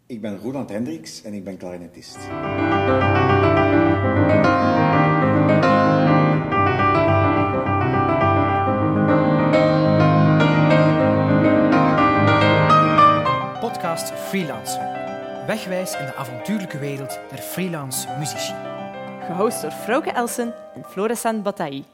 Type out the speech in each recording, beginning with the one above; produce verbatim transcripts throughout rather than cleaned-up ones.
Ik ben Roeland Hendricks en ik ben klarinetist. Podcast Freelancer. Wegwijs in de avontuurlijke wereld der freelance muzici. Gehost door Frauke Elsen en Florissant Bataille.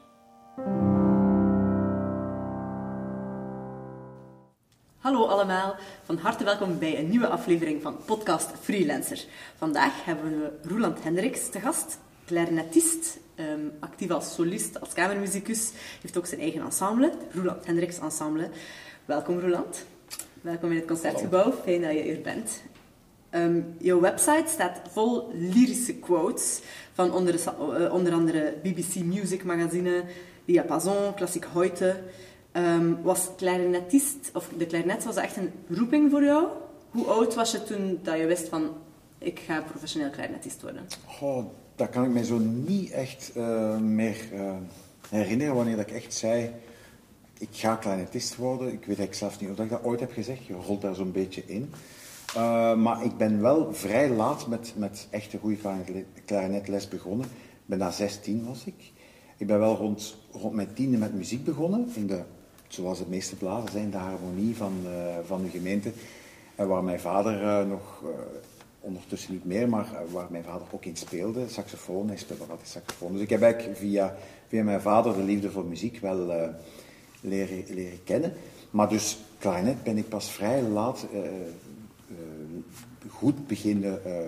Hallo allemaal, van harte welkom bij een nieuwe aflevering van podcast Freelancer. Vandaag hebben we Roeland Hendricks te gast, clarinetist, um, actief als solist, als kamermuzikus, heeft ook zijn eigen ensemble, Roeland Hendricks Ensemble. Welkom Roeland, welkom in het Concertgebouw, fijn dat je hier bent. Um, jouw website staat vol lyrische quotes van onder, uh, onder andere B B C Music magazine, Diapason, Klassiek Heute. Um, was clarinetist, of de clarinet, was dat echt een roeping voor jou? Hoe oud was je toen dat je wist van, ik ga professioneel clarinetist worden? Oh, dat kan ik mij zo niet echt uh, meer uh, herinneren wanneer ik echt zei, ik ga clarinetist worden. Ik weet eigenlijk zelf niet of ik dat ooit heb gezegd, je rolt daar zo'n beetje in. Uh, maar ik ben wel vrij laat met, met echt een goede klarinetles begonnen. Ik ben daar zestien was ik. Ik ben wel rond, rond mijn tiende met muziek begonnen, in de, zoals de meeste blazers zijn, de harmonie van, uh, van de gemeente. En waar mijn vader uh, nog, uh, ondertussen niet meer, maar uh, waar mijn vader ook in speelde, saxofoon, hij speelde altijd saxofoon. Dus ik heb eigenlijk via, via mijn vader de liefde voor muziek wel uh, leren, leren kennen. Maar dus klarinet ben ik pas vrij laat uh, uh, goed beginnen uh,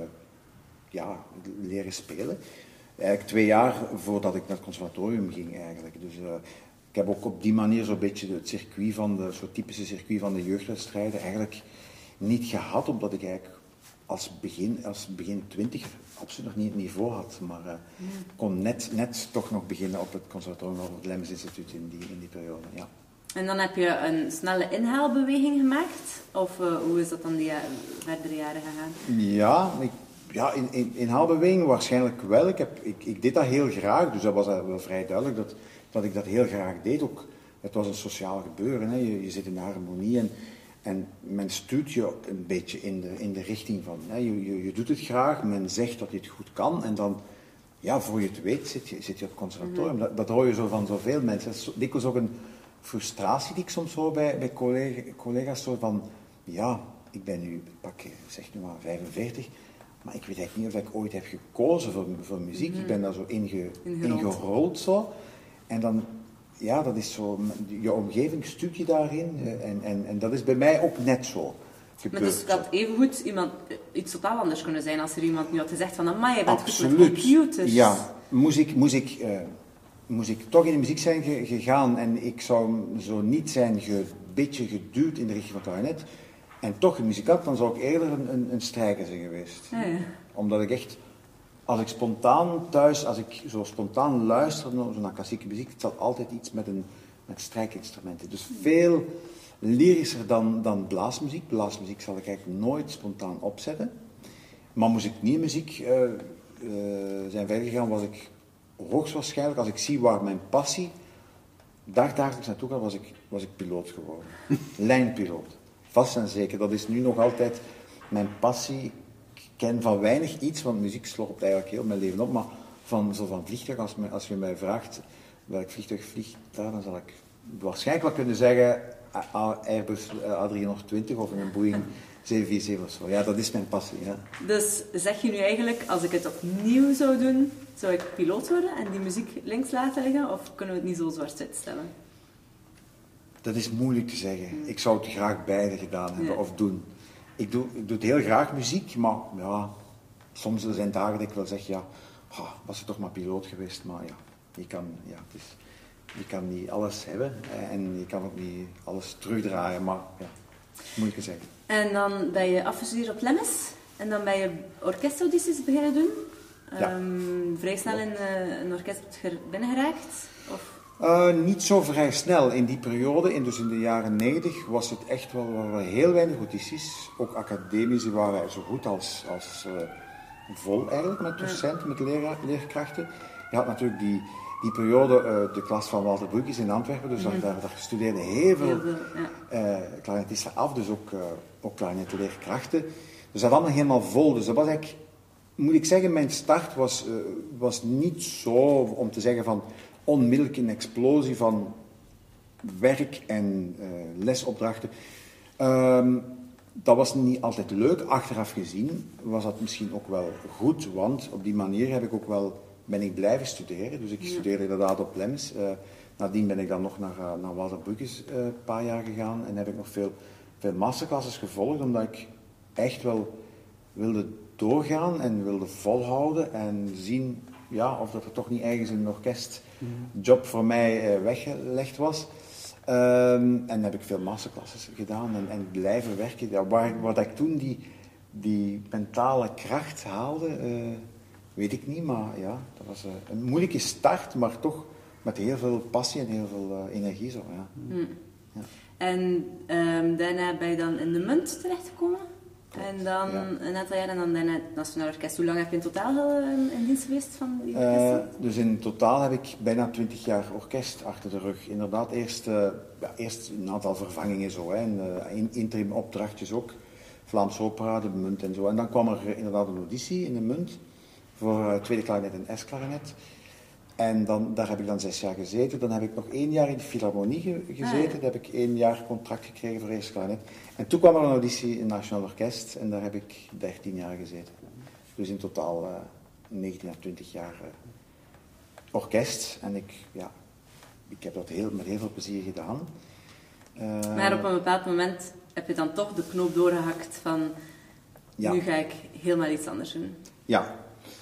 ja, leren spelen. Eigenlijk twee jaar voordat ik naar het conservatorium ging eigenlijk. Dus uh, ik heb ook op die manier zo'n beetje het circuit van de, zo'n typische circuit van de jeugdwedstrijden eigenlijk niet gehad, omdat ik eigenlijk als begin, als begin twintig absoluut nog niet het niveau had. Maar uh, ja. kon net, net toch nog beginnen op het conservatorium of het Lemmens Instituut in die, in die periode, ja. En dan heb je een snelle inhaalbeweging gemaakt? Of uh, hoe is dat dan die uh, verdere jaren gegaan? Ja, ik Ja, in, in, inhaalbeweging waarschijnlijk wel. Ik, heb, ik, ik deed dat heel graag, dus dat was wel vrij duidelijk dat, dat ik dat heel graag deed. Ook, het was een sociaal gebeuren, hè. Je, je zit in de harmonie en, en men stuurt je een beetje in de, in de richting van, hè. Je, je, je doet het graag, men zegt dat je het goed kan en dan, ja, voor je het weet, zit je, zit je op het conservatorium. Mm-hmm. dat, dat hoor je zo van zoveel mensen. Dat is dikwijls ook een frustratie die ik soms hoor bij, bij collega, collega's, zo van, ja, ik ben nu, pak, zeg nu maar vijfenveertig, maar ik weet eigenlijk niet of ik ooit heb gekozen voor, voor muziek. Mm-hmm. Ik ben daar zo inge, ingerold zo. En dan, ja, dat is zo, je omgeving stuurt je daarin. En, en, en dat is bij mij ook net zo gebeurd. Maar dus het had evengoed iemand, iets totaal anders kunnen zijn als er iemand nu had gezegd van, amai, je bent Absoluut. goed met computers. Ja, moest ik, moest ik, uh, moest ik toch in de muziek zijn ge, gegaan en ik zou zo niet zijn een beetje geduwd in de richting van klarinet. En toch een muzikant, dan zou ik eerder een, een, een strijker zijn geweest. Ja, ja. Omdat ik echt, als ik spontaan thuis, als ik zo spontaan luister naar, naar klassieke muziek, het zat altijd iets met, een, met strijkinstrumenten. Dus veel lyrischer dan, dan blaasmuziek. Blaasmuziek zal ik eigenlijk nooit spontaan opzetten. Maar moest ik niet muziek uh, uh, zijn verder gegaan, was ik hoogstwaarschijnlijk, als ik zie waar mijn passie dagdagelijks naartoe gaat, was ik, was ik piloot geworden. Lijnpiloot. Vast en zeker, dat is nu nog altijd mijn passie. Ik ken van weinig iets, want muziek sloopt eigenlijk heel mijn leven op, maar van, zo van vliegtuig, als, me, als je mij vraagt welk vliegtuig vliegt daar, dan zal ik waarschijnlijk wel kunnen zeggen Airbus A driehonderdtwintig of een Boeing zeven vier zeven of zo. Ja, dat is mijn passie. Ja. Dus zeg je nu eigenlijk, als ik het opnieuw zou doen, zou ik piloot worden en die muziek links laten liggen, of kunnen we het niet zo zwart-wit stellen? Dat is moeilijk te zeggen. Ik zou het graag beide gedaan hebben, ja. of doen. Ik doe, ik doe het heel graag muziek, maar ja, soms er zijn dagen dat ik wel zeg, ja, oh, was je toch maar piloot geweest, maar ja, je kan, ja, het is, je kan niet alles hebben en je kan ook niet alles terugdraaien, maar ja, moeilijk te zeggen. En dan ben je afgestudeerd op Lemmens en dan ben je orkestaudities beginnen doen. Ja. Um, vrij snel in uh, een orkest binnengeraakt? Of? Uh, niet zo vrij snel. In die periode, in, dus in de jaren negentig, was het echt wel, wel heel weinig audities. Ook academici waren zo goed als, als uh, vol eigenlijk met docenten, met leraar, leerkrachten. Je had natuurlijk die, die periode, uh, de klas van Walter Broekjes in Antwerpen, dus mm-hmm. daar, daar studeerden heel veel, heel veel ja. uh, klarinetisten af, dus ook, uh, ook klarinetleerkrachten. dat zat allemaal helemaal vol. Dus dat was eigenlijk, moet ik zeggen, mijn start was, uh, was niet zo om te zeggen van onmiddellijk een explosie van werk en uh, lesopdrachten. Um, dat was niet altijd leuk. Achteraf gezien was dat misschien ook wel goed, want op die manier heb ik ook wel, ben ik blijven studeren. Dus ik ja. studeerde inderdaad op Lems. Uh, nadien ben ik dan nog naar, uh, naar Walter Brugges uh, een paar jaar gegaan en heb ik nog veel, veel masterclasses gevolgd, omdat ik echt wel wilde doorgaan en wilde volhouden en zien ja, of dat er toch niet ergens een orkestjob voor mij uh, weggelegd was. Um, en heb ik veel masterclasses gedaan en, en blijven werken. Ja, waar, waar ik toen die, die mentale kracht haalde, uh, weet ik niet, maar ja, dat was uh, een moeilijke start, maar toch met heel veel passie en heel veel uh, energie. Zo, ja. Hmm. Ja. En um, daarna ben je dan in de Munt terechtgekomen? En dan ja. een aantal jaar en dan daarna het Nationaal Orkest. Hoe lang heb je in totaal uh, in dienst geweest van die orkesten? Uh, dus in totaal heb ik bijna twintig jaar orkest achter de rug. Inderdaad, eerst, uh, ja, eerst een aantal vervangingen zo, hè, en uh, interim opdrachtjes ook. Vlaams Opera, de Munt en zo. En dan kwam er inderdaad een auditie in de Munt voor uh, tweede klarinet en S-klarinet. En dan, daar heb ik dan zes jaar gezeten. Dan heb ik nog één jaar in de Philharmonie ge- gezeten. Ah, ja. Daar heb ik één jaar contract gekregen voor eerste klarinet. En toen kwam er een auditie in het Nationaal Orkest. En daar heb ik dertien jaar gezeten. Dus in totaal uh, negentien à twintig jaar uh, orkest. En ik, ja, ik heb dat heel, met heel veel plezier gedaan. Uh, maar op een bepaald moment heb je dan toch de knoop doorgehakt van... Ja. Nu ga ik helemaal iets anders doen. Ja.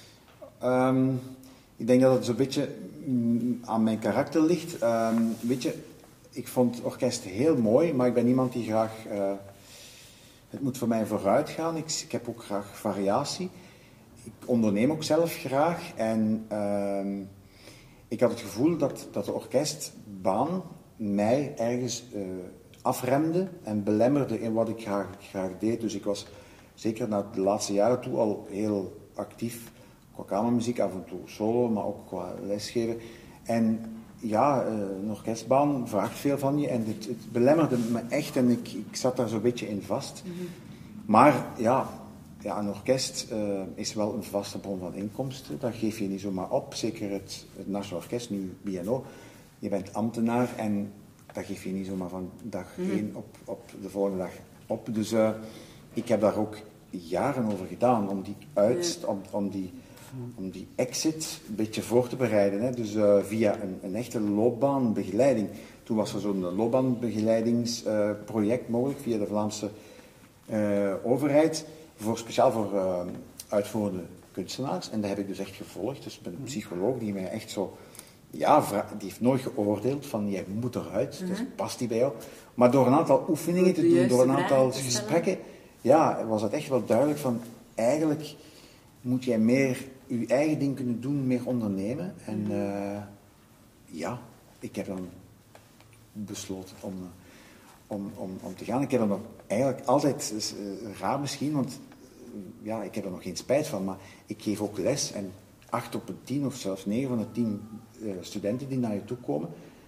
Um, Ik denk dat het zo'n beetje aan mijn karakter ligt. Um, weet je, ik vond orkest heel mooi, maar ik ben iemand die graag... Uh, het moet voor mij vooruit gaan. Ik, ik heb ook graag variatie. Ik onderneem ook zelf graag. En uh, ik had het gevoel dat, dat de orkestbaan mij ergens uh, afremde en belemmerde in wat ik graag, graag deed. Dus ik was zeker na de laatste jaren toe al heel actief... Qua kamermuziek, af en toe solo, maar ook qua lesgeven. En ja, een orkestbaan vraagt veel van je en het, het belemmerde me echt en ik, ik zat daar zo'n beetje in vast. Mm-hmm. Maar ja, ja, een orkest uh, is wel een vaste bron van inkomsten. Dat geef je niet zomaar op. Zeker het, het Nationaal Orkest, nu B N O. Je bent ambtenaar en dat geef je niet zomaar van dag mm-hmm. één op, op de volgende dag op. Dus uh, ik heb daar ook jaren over gedaan om die uit, ja. om, om die... om die exit een beetje voor te bereiden. Hè. Dus uh, via een, een echte loopbaanbegeleiding. Toen was er zo'n loopbaanbegeleidingsproject uh, mogelijk via de Vlaamse uh, overheid, voor, speciaal voor uh, uitvoerende kunstenaars. En dat heb ik dus echt gevolgd. Dus ik ben een psycholoog die mij echt zo... Ja, vra- die heeft nooit geoordeeld van jij moet eruit, mm-hmm. dus past die bij jou. Maar door een aantal oefeningen te doen, door een aantal gesprekken, ja, was het echt wel duidelijk van eigenlijk moet jij meer je eigen ding kunnen doen, meer ondernemen. En uh, ja, ik heb dan besloten om, om, om, om te gaan. Ik heb er nog eigenlijk altijd, is, uh, raar misschien, want uh, ja, ik heb er nog geen spijt van, maar ik geef ook les en acht op een tien of zelfs negen van de tien uh, studenten die naar je toe komen.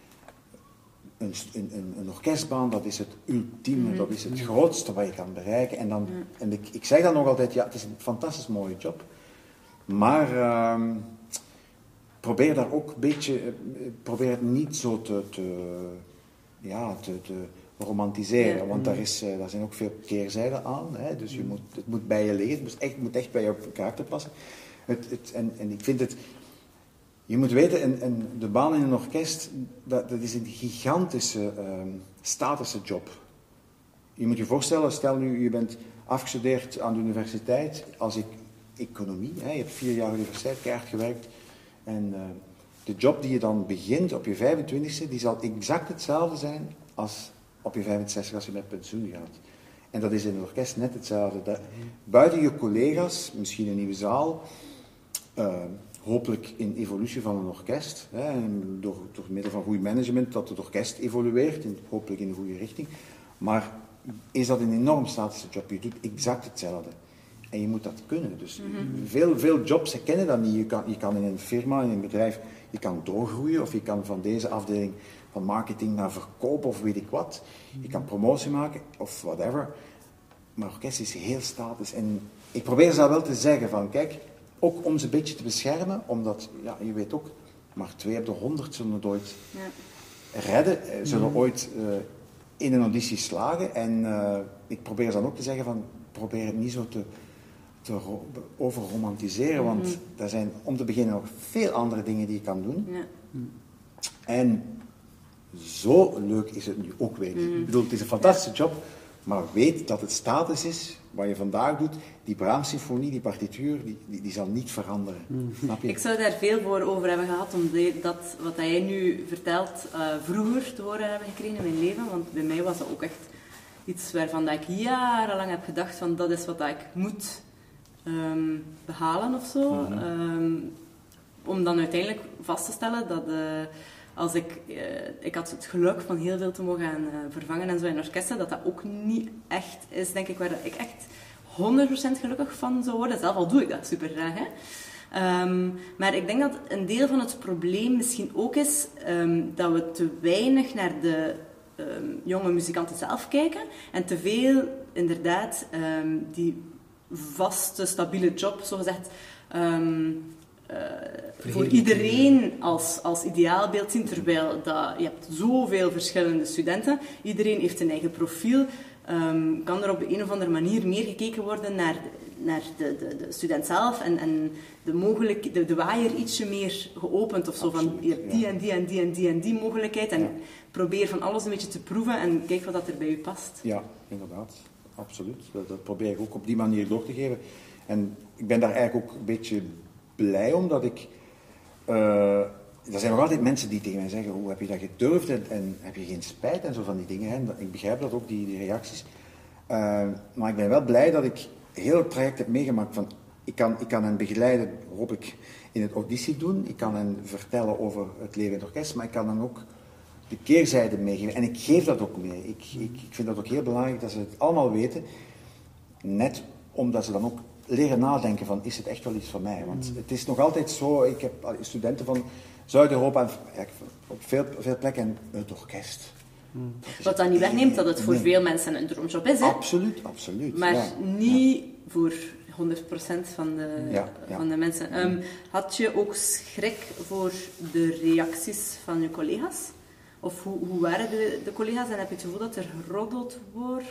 Een, een, een orkestbaan, dat is het ultieme, mm-hmm. dat is het grootste wat je kan bereiken. En, dan, mm. en ik, ik zeg dan nog altijd, ja, het is een fantastisch mooie job. Maar uh, probeer daar ook een beetje, uh, probeer het niet zo te, te, ja, te, te romantiseren, ja. Want daar, is, uh, daar zijn ook veel keerzijden aan. Hè? Dus je moet, het moet bij je liggen, het moet echt, moet echt bij jouw karakter passen. Het, het, en, en ik vind het, je moet weten, een, een, de baan in een orkest, dat, dat is een gigantische uh, statische job. Je moet je voorstellen, stel nu, je bent afgestudeerd aan de universiteit, als ik economie, hè, je hebt vier jaar universiteit, keihard gewerkt, en uh, de job die je dan begint op je vijfentwintigste, die zal exact hetzelfde zijn als op je vijfenzestig als je met pensioen gaat. En dat is in het orkest net hetzelfde. Dat, buiten je collega's, misschien een nieuwe zaal, uh, hopelijk in evolutie van een orkest, hè, en door, door middel van goed management, dat het orkest evolueert, in, hopelijk in de goede richting. Maar is dat een enorm statische job? Je doet exact hetzelfde. En je moet dat kunnen. Dus mm-hmm. veel, veel jobs herkennen dat niet. Je kan, je kan in een firma, in een bedrijf, je kan doorgroeien, of je kan van deze afdeling van marketing naar verkoop, of weet ik wat. Je kan promotie maken, of whatever. maar orkest is heel statisch. En ik probeer ze dat wel te zeggen van, kijk, ook om ze een beetje te beschermen, omdat, ja, je weet ook, maar twee op de honderd zullen het ooit ja. redden, zullen mm. ooit uh, in een auditie slagen. En uh, ik probeer ze dan ook te zeggen van, probeer het niet zo te, te ro- overromantiseren, want mm. er zijn om te beginnen nog veel andere dingen die je kan doen. Ja. Mm. En zo leuk is het nu ook weer. Mm. Ik bedoel, het is een fantastische ja. job, maar weet dat het status is, wat je vandaag doet, die Brahms-symfonie, die partituur, die, die, die zal niet veranderen. Mm. Snap je? Ik zou daar veel voor over hebben gehad, om dat, wat jij nu vertelt, uh, vroeger te horen hebben gekregen in mijn leven, want bij mij was dat ook echt iets waarvan dat ik jarenlang heb gedacht van dat is wat dat ik moet um, behalen of zo. Mm-hmm. Um, om dan uiteindelijk vast te stellen dat... Uh, Als ik, uh, ik had het geluk van heel veel te mogen uh, vervangen en zo in orkesten, dat dat ook niet echt is, denk ik, waar ik echt honderd procent gelukkig van zou worden. Zelf al doe ik dat super graag, hè. Um, maar ik denk dat een deel van het probleem misschien ook is um, dat we te weinig naar de um, jonge muzikanten zelf kijken en te veel inderdaad um, die vaste, stabiele job, zogezegd, um, Uh, voor iedereen als, als ideaalbeeld zien, terwijl dat, je hebt zoveel verschillende studenten, iedereen heeft een eigen profiel, um, kan er op de een of andere manier meer gekeken worden naar, naar de, de, de student zelf en, en de, mogelijk, de, de waaier ietsje meer geopend of zo. Absoluut, van je hebt die ja. en die en die en die en die mogelijkheid en ja. probeer van alles een beetje te proeven en kijk wat dat er bij u past. Ja, inderdaad, absoluut. Dat, dat probeer ik ook op die manier door te geven en ik ben daar eigenlijk ook een beetje blij omdat ik... Uh, er zijn nog altijd mensen die tegen mij zeggen, hoe heb je dat gedurfd en, en heb je geen spijt en zo van die dingen. Hè? Ik begrijp dat ook, die, die reacties. Uh, maar ik ben wel blij dat ik heel het traject heb meegemaakt. Van, ik, kan, ik kan hen begeleiden, hoop ik, in het auditie doen. Ik kan hen vertellen over het leven in het orkest, maar ik kan hen ook de keerzijde meegeven. En ik geef dat ook mee. Ik, ik, ik vind dat ook heel belangrijk dat ze het allemaal weten. Net omdat ze dan ook leren nadenken van, is het echt wel iets voor mij? Want het is nog altijd zo, ik heb studenten van Zuid-Europa en op veel, veel plekken het orkest. Hmm. Wat dan niet wegneemt dat het voor nee. veel mensen een droomjob is, hè? Absoluut, absoluut. Maar ja. niet ja. voor honderd procent van de, ja, ja. van de mensen. Um, had je ook schrik voor de reacties van je collega's? Of hoe, hoe waren de, de collega's en heb je het gevoel dat er geroddeld wordt?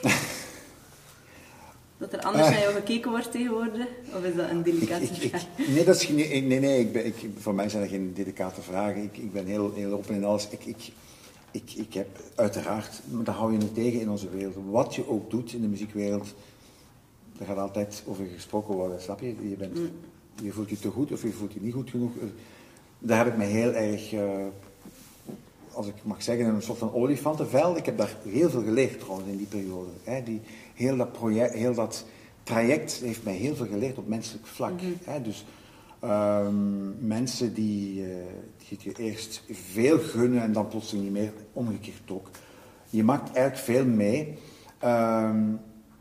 Dat er anders naar jou gekeken wordt tegenwoordig? Of is dat een delicate ik, ik, vraag? Ik, nee, dat is, nee, nee, nee ik ben, ik, voor mij zijn er geen delicate vragen. Ik, ik ben heel, heel open in alles. Ik, ik, ik, ik heb uiteraard, maar dat hou je niet tegen in onze wereld. Wat je ook doet in de muziekwereld, daar gaat altijd over gesproken worden, snap je? Je, bent, mm. je voelt je te goed of je voelt je niet goed genoeg. Daar heb ik me heel erg, uh, als ik mag zeggen, een soort van olifantenvel. Ik heb daar heel veel geleerd trouwens in die periode. Hè, die, Heel dat, project, heel dat traject heeft mij heel veel geleerd op menselijk vlak. Mm-hmm. Hè? Dus um, mensen die, uh, die het je eerst veel gunnen en dan plotseling niet meer, omgekeerd ook. Je maakt eigenlijk veel mee. Um,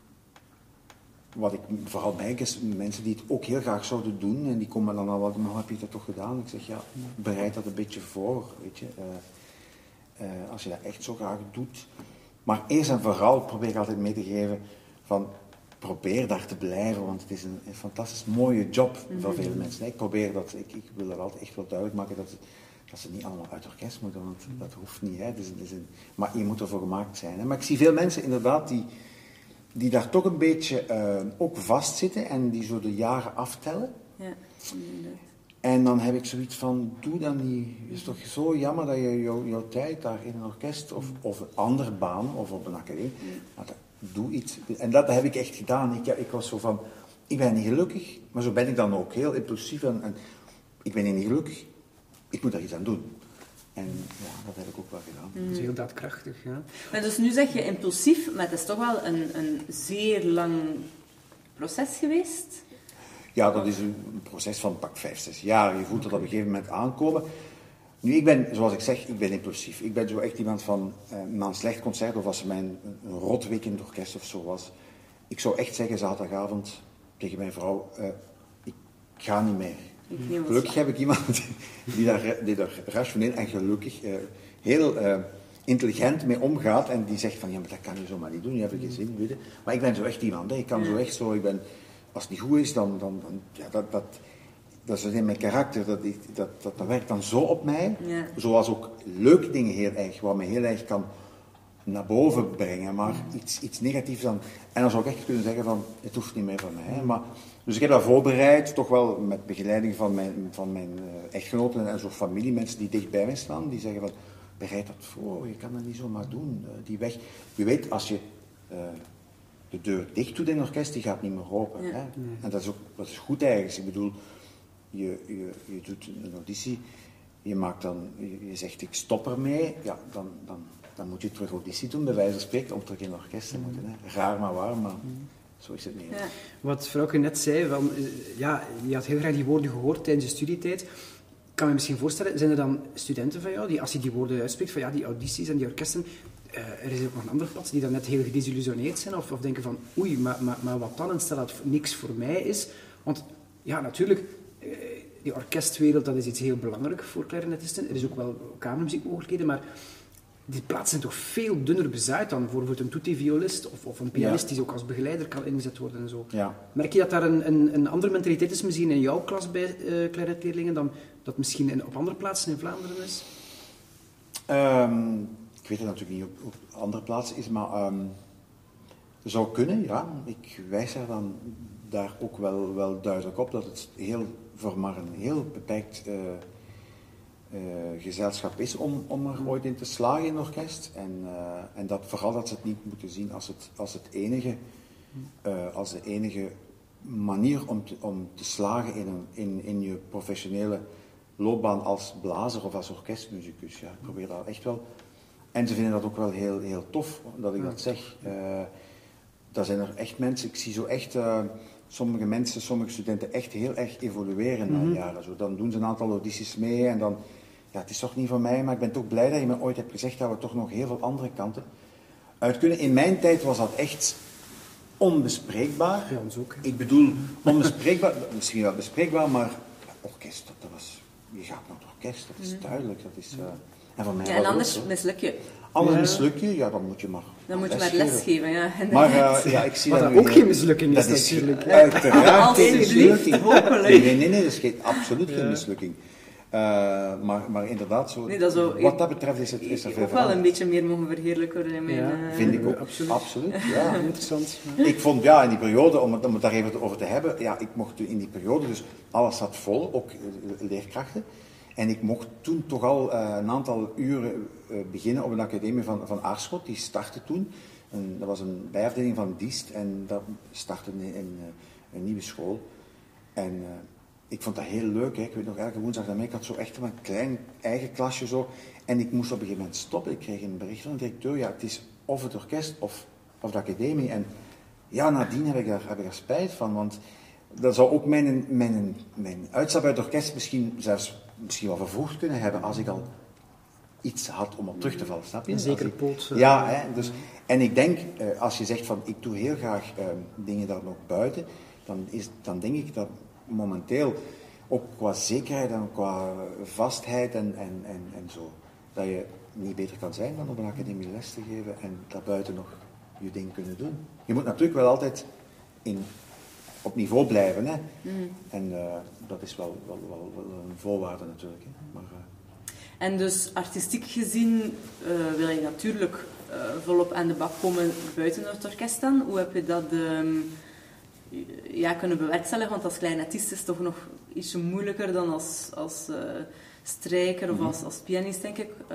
wat ik vooral merk is mensen die het ook heel graag zouden doen en die komen dan al wat, maar heb je dat toch gedaan? Ik zeg ja, bereid dat een beetje voor, weet je. Uh, uh, als je dat echt zo graag doet. Maar eerst en vooral probeer ik altijd mee te geven van probeer daar te blijven, want het is een, een fantastisch mooie job voor mm-hmm. veel mensen. Ik probeer dat, ik, ik wil dat altijd echt wel duidelijk maken dat, dat ze niet allemaal uit orkest moeten, want mm-hmm. dat hoeft niet. Hè. Het is, het is een, maar je moet ervoor gemaakt zijn. Hè. Maar ik zie veel mensen inderdaad die, die daar toch een beetje uh, ook vastzitten en die zo de jaren aftellen. Ja, inderdaad. En dan heb ik zoiets van, doe dan niet. Het is toch zo jammer dat je jou, jouw tijd daar in een orkest of, of een andere baan of op een academie, maar dat, doe iets. En dat heb ik echt gedaan. Ik, ik was zo van, ik ben niet gelukkig, maar zo ben ik dan ook heel impulsief en, en ik ben niet gelukkig, ik moet daar iets aan doen. En ja, dat heb ik ook wel gedaan. Mm. Dat is heel daadkrachtig, ja. Maar dus nu zeg je impulsief, maar het is toch wel een, een zeer lang proces geweest? Ja, dat is een proces van pak vijf, zes jaar. Je voelt dat op een gegeven moment aankomen. Nu, ik ben, zoals ik zeg, ik ben impulsief. Ik ben zo echt iemand van, eh, na een slecht concert, of als er mijn een rot week in het orkest of zo was, ik zou echt zeggen zaterdagavond tegen mijn vrouw, uh, ik ga niet meer. Gelukkig heb ik iemand die daar, die daar rationeel en gelukkig uh, heel uh, intelligent mee omgaat en die zegt van, ja, maar dat kan je zomaar niet doen, je hebt geen zin, weet je. Maar ik ben zo echt iemand, hè. Ik kan ja. zo echt zo, ik ben, als het niet goed is, dan, dan, dan ja, dat, dat, dat is in mijn karakter, dat, dat, dat, dat werkt dan zo op mij, ja. zoals ook leuke dingen heel erg, wat mij heel erg kan naar boven brengen, maar ja. iets, iets negatiefs dan, en dan zou ik echt kunnen zeggen van, het hoeft niet meer van mij, hè. Maar, dus ik heb dat voorbereid, toch wel met begeleiding van mijn, van mijn uh, echtgenoten en zo'n familie, mensen die dicht bij mij staan, die zeggen van, bereid dat voor, je kan dat niet zomaar doen, uh, die weg. Je weet, als je uh, de deur dicht doet in een orkest, die gaat niet meer open. Ja. Hè? Nee. En dat is ook dat is goed ergens. Ik bedoel, je, je, je doet een auditie, je maakt dan, je, je zegt ik stop ermee, ja, dan, dan, dan moet je terug auditie doen, bij wijze van spreken, om terug in een orkest te moeten. Hè? Raar maar waar, maar mm. zo is het niet. Ja. Wat Frauke net zei, van, ja, je had heel graag die woorden gehoord tijdens je studietijd. Ik kan me misschien voorstellen, zijn er dan studenten van jou, die als je die woorden uitspreekt, van ja, die audities en die orkesten, uh, er is ook nog een andere pad die dan net heel gedesillusioneerd zijn, of, of denken van, oei, maar, maar, maar wat dan, en stel dat het niks voor mij is. Want ja, natuurlijk, uh, die orkestwereld, dat is iets heel belangrijk voor clarinetisten. Er is ook wel kamermuziekmogelijkheden, maar die plaatsen zijn toch veel dunner bezaaid dan bijvoorbeeld een tutti-violist of, of een pianist ja. die ook als begeleider kan ingezet worden en zo. Ja. Merk je dat daar een, een, een andere mentaliteit is misschien in jouw klas bij uh, clarinetleerlingen dan dat misschien in, op andere plaatsen in Vlaanderen is? Um, ik weet het natuurlijk niet op, op andere plaatsen is, maar um, het zou kunnen, ja. Ik wijs er dan daar ook wel, wel duidelijk op dat het heel, voor maar een heel beperkt uh, uh, gezelschap is om, om er ooit in te slagen in een orkest. En, uh, en dat vooral dat ze het niet moeten zien als het, als het enige, uh, als de enige manier om te, om te slagen in, een, in, in je professionele loopbaan als blazer of als orkestmuzikus. Ja, ik probeer dat echt wel. En ze vinden dat ook wel heel, heel tof dat ik dat zeg. Uh, daar zijn er echt mensen, ik zie zo echt uh, sommige mensen, sommige studenten echt heel erg evolueren mm-hmm. na jaren. Zo, dan doen ze een aantal audities mee en dan, ja, het is toch niet van mij, maar ik ben toch blij dat je me ooit hebt gezegd dat we toch nog heel veel andere kanten uit kunnen. In mijn tijd was dat echt onbespreekbaar. Ja, ons ook. Ik bedoel, onbespreekbaar, misschien wel bespreekbaar, maar orkest, dat, dat was, je gaat naar het orkest, dat is duidelijk, dat is... Uh, en van mij ja, en anders misluk je. Anders ja. misluk je, ja, dan moet je maar Dan moet je maar lesgeven, ja. Maar uh, ja, ik zie Wat dat, dat ook nu, geen mislukking is, dat is natuurlijk. Uiteraard geen mislukking. Hopelijk. Nee, nee, nee, nee, dat is geen, absoluut ja. geen mislukking. Uh, maar, maar inderdaad, zo, nee, dat zo, wat dat betreft is, het, is er veel ook wel een beetje meer mogen verheerlijken in mijn... Ja, uh, vind ik ook, absoluut. absoluut ja. Interessant. Ja. Ik vond, ja, in die periode, om het, om het daar even over te hebben, ja, ik mocht in die periode, dus alles zat vol, ook leerkrachten. En ik mocht toen toch al uh, een aantal uren uh, beginnen op een academie van, van Aarschot, die startte toen. En dat was een bijafdeling van Diest en dat startte in, in uh, een nieuwe school. En uh, ik vond dat heel leuk, hè. Ik weet nog, elke woensdag daarmee, ik had zo echt een klein eigen klasje zo. En ik moest op een gegeven moment stoppen, ik kreeg een bericht van de directeur, ja, het is of het orkest of, of de academie. En ja, nadien heb ik daar, heb ik daar spijt van, want dat zou ook mijn, mijn, mijn uitstap uit het orkest misschien zelfs misschien wel vervroegd kunnen hebben als ik al iets had om op terug te vallen, snap je? Een zekere poot. Uh, ja, hè, dus, en ik denk, uh, als je zegt van ik doe heel graag uh, dingen daar nog buiten, dan, is, dan denk ik dat momenteel, ook qua zekerheid en qua vastheid en, en, en, en zo, dat je niet beter kan zijn dan op een academie les te geven en daarbuiten nog je ding kunnen doen. Je moet natuurlijk wel altijd in... op niveau blijven. Hè. Mm. En uh, dat is wel, wel, wel, wel een voorwaarde natuurlijk. Hè. Maar, uh... En dus artistiek gezien uh, wil je natuurlijk uh, volop aan de bak komen buiten het orkest dan. Hoe heb je dat um, ja, kunnen bewerkstelligen? Want als clarinetist is het toch nog ietsje moeilijker dan als, als uh, strijker of mm-hmm. als, als pianist, denk ik. Uh,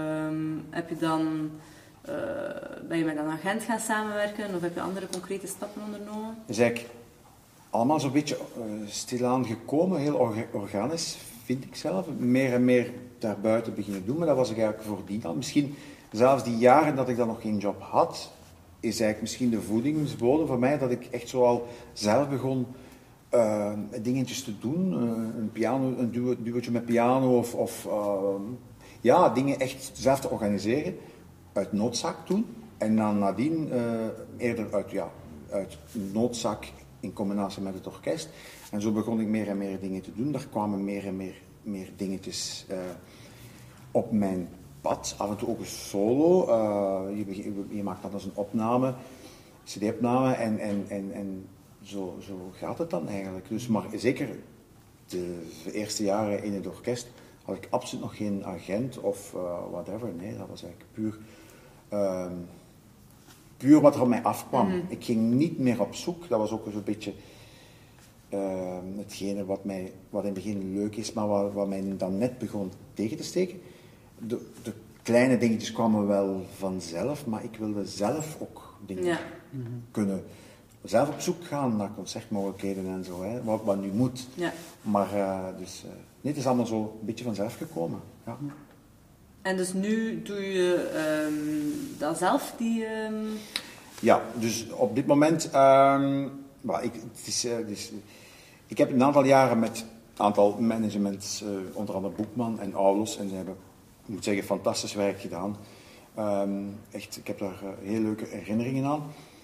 heb je dan... Uh, ben je met een agent gaan samenwerken of heb je andere concrete stappen ondernomen? Dus eigenlijk allemaal zo'n beetje uh, stilaan gekomen, heel orga- organisch, vind ik zelf. Meer en meer daarbuiten beginnen doen, maar dat was ik eigenlijk voordien al. Misschien zelfs die jaren dat ik dan nog geen job had, is eigenlijk misschien de voedingsbodem voor mij dat ik echt zo al zelf begon uh, dingetjes te doen. Uh, een piano, een duo, duootje met piano of, of uh, ja, dingen echt zelf te organiseren. Uit noodzak toen. En dan nadien uh, eerder uit, ja, uit noodzak in combinatie met het orkest. En zo begon ik meer en meer dingen te doen. Daar kwamen meer en meer, meer dingetjes uh, op mijn pad, af en toe ook een solo. Uh, je, je, je maakt dat als een opname, C D-opname en, en, en, en zo, zo gaat het dan eigenlijk. Dus, maar zeker de eerste jaren in het orkest had ik absoluut nog geen agent of uh, whatever. Nee, dat was eigenlijk puur, uh, puur wat er op mij afkwam. Mm-hmm. Ik ging niet meer op zoek, dat was ook zo'n beetje uh, hetgene wat, mij, wat in het begin leuk is, maar wat, wat mij dan net begon tegen te steken. De, de kleine dingetjes kwamen wel vanzelf, maar ik wilde zelf ook dingen ja. mm-hmm. kunnen. Zelf op zoek gaan naar concertmogelijkheden en zo, hè, wat, wat nu moet. Ja. Maar uh, dus, uh, nee, het is allemaal zo een beetje vanzelf gekomen. Ja. En dus nu doe je um, dat zelf, die... Um... Ja, dus op dit moment... Um, well, ik, het is, uh, dus, ik heb een aantal jaren met een aantal managements, uh, onder andere Boekman en Aulos, en ze hebben, ik moet zeggen, fantastisch werk gedaan. Um, echt, ik heb daar uh, heel leuke herinneringen aan.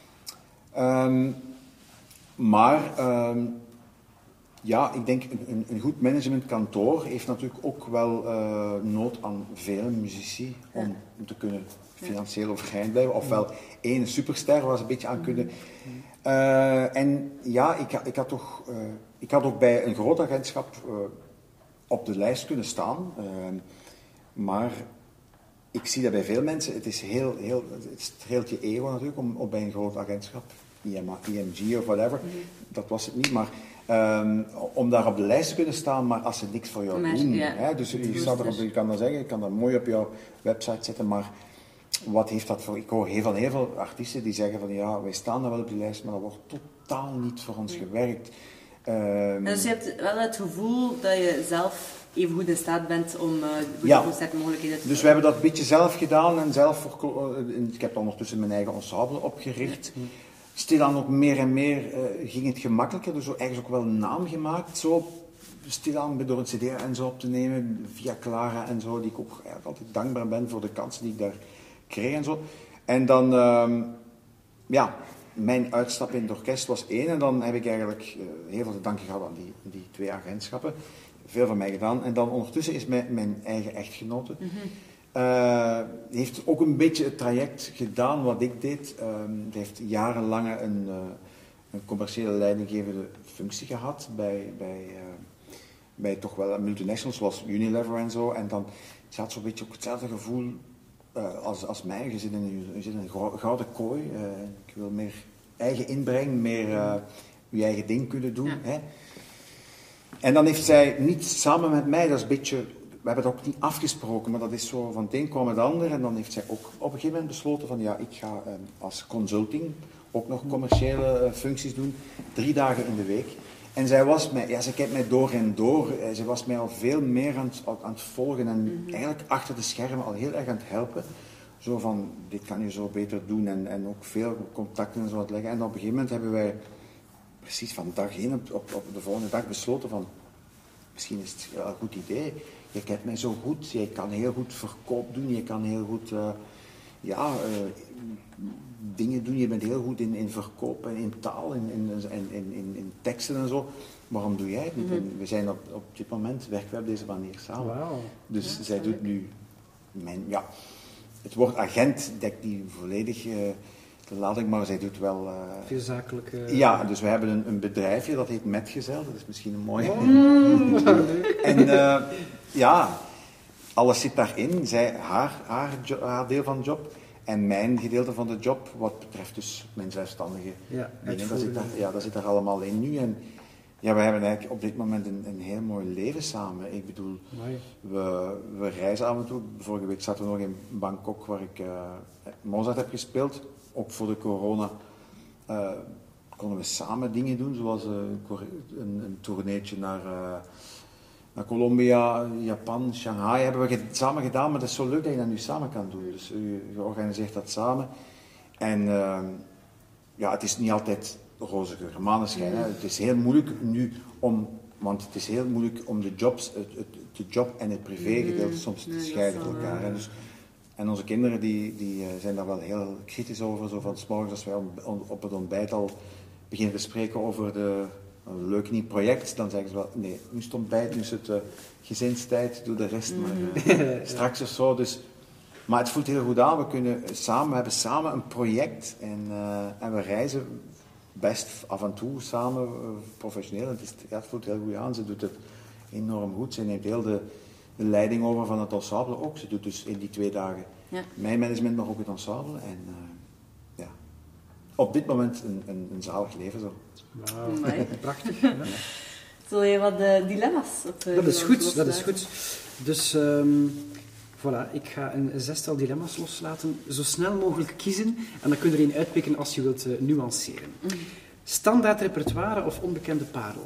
Um, maar um, ja, ik denk een, een goed managementkantoor heeft natuurlijk ook wel uh, nood aan vele muzici om, ja. om te kunnen financieel overeind blijven. Ofwel één superster waar ze een beetje aan kunnen. Uh, en ja, ik, ik, had toch, uh, ik had ook bij een groot agentschap uh, op de lijst kunnen staan. Uh, maar ik zie dat bij veel mensen, het is heel, heel, het streelt je ego natuurlijk om, om bij een groot agentschap, I M G of whatever, mm-hmm. dat was het niet, maar um, om daar op de lijst te kunnen staan, maar als ze niks voor jou maar, doen. Ja. Hè, dus je, staat erop, je kan dat zeggen, je kan dat mooi op jouw website zetten, maar wat heeft dat voor... Ik hoor heel, van heel veel artiesten die zeggen van ja, wij staan daar wel op die lijst, maar dat wordt totaal niet voor ons nee. gewerkt. Um, dus je hebt wel het gevoel dat je zelf even goed in staat bent om uh, ja. concertmogelijkheden te... Dus we hebben dat een beetje zelf gedaan en zelf voor, ik heb ondertussen mijn eigen ensemble opgericht. Ja. Stilaan ook meer en meer uh, ging het gemakkelijker, dus eigenlijk ook wel een naam gemaakt, zo stilaan door een cd en zo op te nemen, via Clara en zo, die ik ook eigenlijk altijd dankbaar ben voor de kansen die ik daar kreeg en zo. En dan, uh, ja, mijn uitstap in het orkest was één en dan heb ik eigenlijk uh, heel veel te danken gehad aan die, die twee agentschappen. Veel van mij gedaan. En dan ondertussen is mijn, mijn eigen echtgenote. Mm-hmm. Uh, heeft ook een beetje het traject gedaan wat ik deed. Um, die heeft jarenlang een, uh, een commerciële leidinggevende functie gehad bij, bij, uh, bij toch wel multinationals zoals Unilever en zo. En dan ze had zo'n beetje ook hetzelfde gevoel uh, als, als mij. Je zit in, je zit in een gouden kooi. Uh, ik wil meer eigen inbreng, meer uh, je eigen ding kunnen doen. Ja. Hè? En dan heeft zij niet samen met mij, dat is een beetje, we hebben het ook niet afgesproken, maar dat is zo van het een kwam het ander. En dan heeft zij ook op een gegeven moment besloten van ja, ik ga eh, als consulting ook nog commerciële uh, functies doen, drie dagen in de week. En zij was mij, ja, ze kent mij door en door, uh, ze was mij al veel meer aan het, aan het volgen en mm-hmm. eigenlijk achter de schermen al heel erg aan het helpen. Zo van, dit kan je zo beter doen en, en ook veel contacten en zo aan het leggen. En op een gegeven moment hebben wij precies van dag één op, op, op de volgende dag besloten van, misschien is het wel een goed idee. Je kent mij zo goed, je kan heel goed verkoop doen, je kan heel goed uh, ja, uh, dingen doen. Je bent heel goed in, in verkoop en in taal, in, in, in, in, in teksten en zo. Waarom doe jij het niet? Mm-hmm. We zijn op, op dit moment, werken we op deze manier samen. Wow. Dus ja, zij doet leuk. nu mijn, ja, het woord agent dekt die volledig... Uh, laat ik maar, zij doet wel... Uh, Veel zakelijke... Ja, dus we hebben een, een bedrijfje, dat heet Metgezel, dat is misschien een mooie... Oh. En uh, ja, alles zit daarin. Zij, haar, haar, jo- haar deel van de job en mijn gedeelte van de job, wat betreft dus mijn zelfstandige ja, dingen. Dat zit, daar, ja, dat zit daar allemaal in nu. En ja, we hebben eigenlijk op dit moment een, een heel mooi leven samen. Ik bedoel, we, we reizen af en toe. Vorige week zaten we nog in Bangkok, waar ik uh, Mozart heb gespeeld. Ook voor de corona uh, konden we samen dingen doen, zoals uh, een, een tourneetje naar, uh, naar Colombia, Japan, Shanghai hebben we ge- samen gedaan, maar dat is zo leuk dat je dat nu samen kan doen. Dus je, je organiseert dat samen. En uh, ja, het is niet altijd roze geur, maneschijn. Hè. Het is heel moeilijk nu om, want het is heel moeilijk om de jobs, het, het, de job en het privégedeelte soms te scheiden van elkaar. Hè. Dus, en onze kinderen die, die zijn daar wel heel kritisch over. Zo van 's morgens als wij op, op het ontbijt al beginnen te spreken over de, een leuk nieuw project, dan zeggen ze wel, nee, nu is het ontbijt, nu is het uh, gezinstijd, doe de rest maar uh, straks of zo. Dus Maar het voelt heel goed aan. We kunnen samen, we hebben samen een project en, uh, en we reizen best af en toe samen, uh, professioneel. Het, is, ja, het voelt heel goed aan. Ze doet het enorm goed. Ze neemt heel de, de leiding over van het ensemble ook. Ze doet dus in die twee dagen ja. mijn management, maar ook het ensemble. En uh, ja, op dit moment een, een, een zalig leven zo. Wauw, prachtig. Ja. Zul je wat uh, dilemma's op uh, Dat is goed, dat is goed. Dus um, voilà, ik ga een zestal dilemma's loslaten. Zo snel mogelijk kiezen en dan kun je er één uitpikken als je wilt uh, nuanceren. Mm. Standaard repertoire of onbekende parel?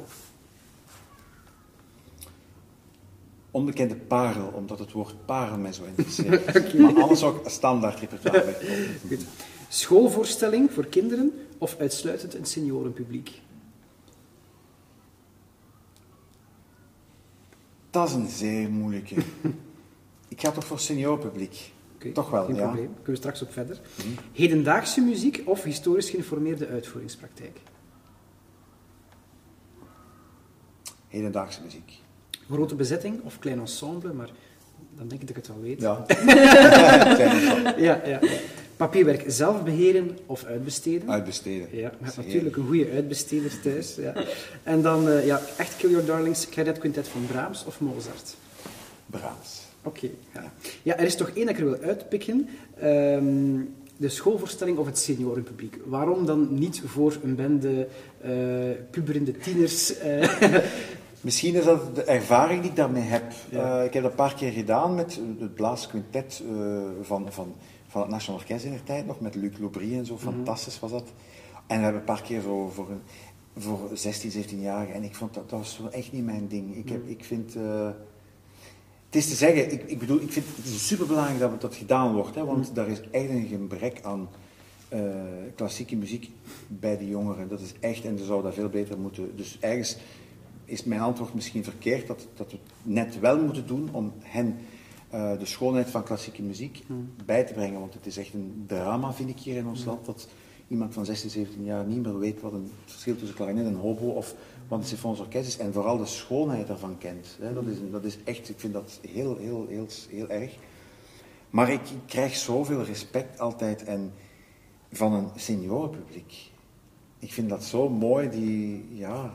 Onbekende parel, omdat het woord parel mij zo interesseert. Okay. Maar anders ook standaard repertoire. Goed. Schoolvoorstelling voor kinderen of uitsluitend een seniorenpubliek? Dat is een zeer moeilijke. Ik ga toch voor seniorenpubliek. Okay, toch wel, geen ja. probleem. Kunnen we straks op verder. Mm-hmm. Hedendaagse muziek of historisch geïnformeerde uitvoeringspraktijk? Hedendaagse muziek. Grote bezetting of klein ensemble, maar dan denk ik dat ik het wel weet. Ja. ja, ja. Papierwerk zelf beheren of uitbesteden? Uitbesteden. Ja, je hebt natuurlijk een goede uitbesteder thuis. Ja. En dan, uh, ja, echt Kill Your Darlings, Clarinetquintet van Brahms of Mozart? Brahms. Oké. Okay, ja. ja, er is toch één dat ik er wil uitpikken. Um, de schoolvoorstelling of het seniorenpubliek. Waarom dan niet voor een bende uh, puberende tieners? Uh, Misschien is dat de ervaring die ik daarmee heb. Ja. Uh, ik heb dat een paar keer gedaan met het blaasquintet uh, van, van, van het National Orkest in der tijd nog, met Luc Lobrie en zo. Mm-hmm. Fantastisch was dat. En we hebben een paar keer zo voor, een, voor zestien, zeventien-jarigen. En ik vond dat, dat was echt niet mijn ding. Ik, heb, ik vind... Uh, het is te zeggen, ik, ik bedoel, ik vind het is superbelangrijk dat dat gedaan wordt. Hè, want mm. daar is echt een gebrek aan uh, klassieke muziek bij de jongeren. Dat is echt, en ze zouden dat veel beter moeten... Dus ergens is mijn antwoord misschien verkeerd, dat, dat we het net wel moeten doen om hen uh, de schoonheid van klassieke muziek mm. bij te brengen. Want het is echt een drama, vind ik, hier in ons mm. land, dat iemand van zestien, zeventien jaar niet meer weet wat een verschil tussen klarinet en hobo of wat een symfonisch orkest is en vooral de schoonheid daarvan kent. Hè. Dat, is, dat is echt, ik vind dat heel, heel, heel, heel erg. Maar ik krijg zoveel respect altijd en van een seniorenpubliek. Ik vind dat zo mooi, die, ja...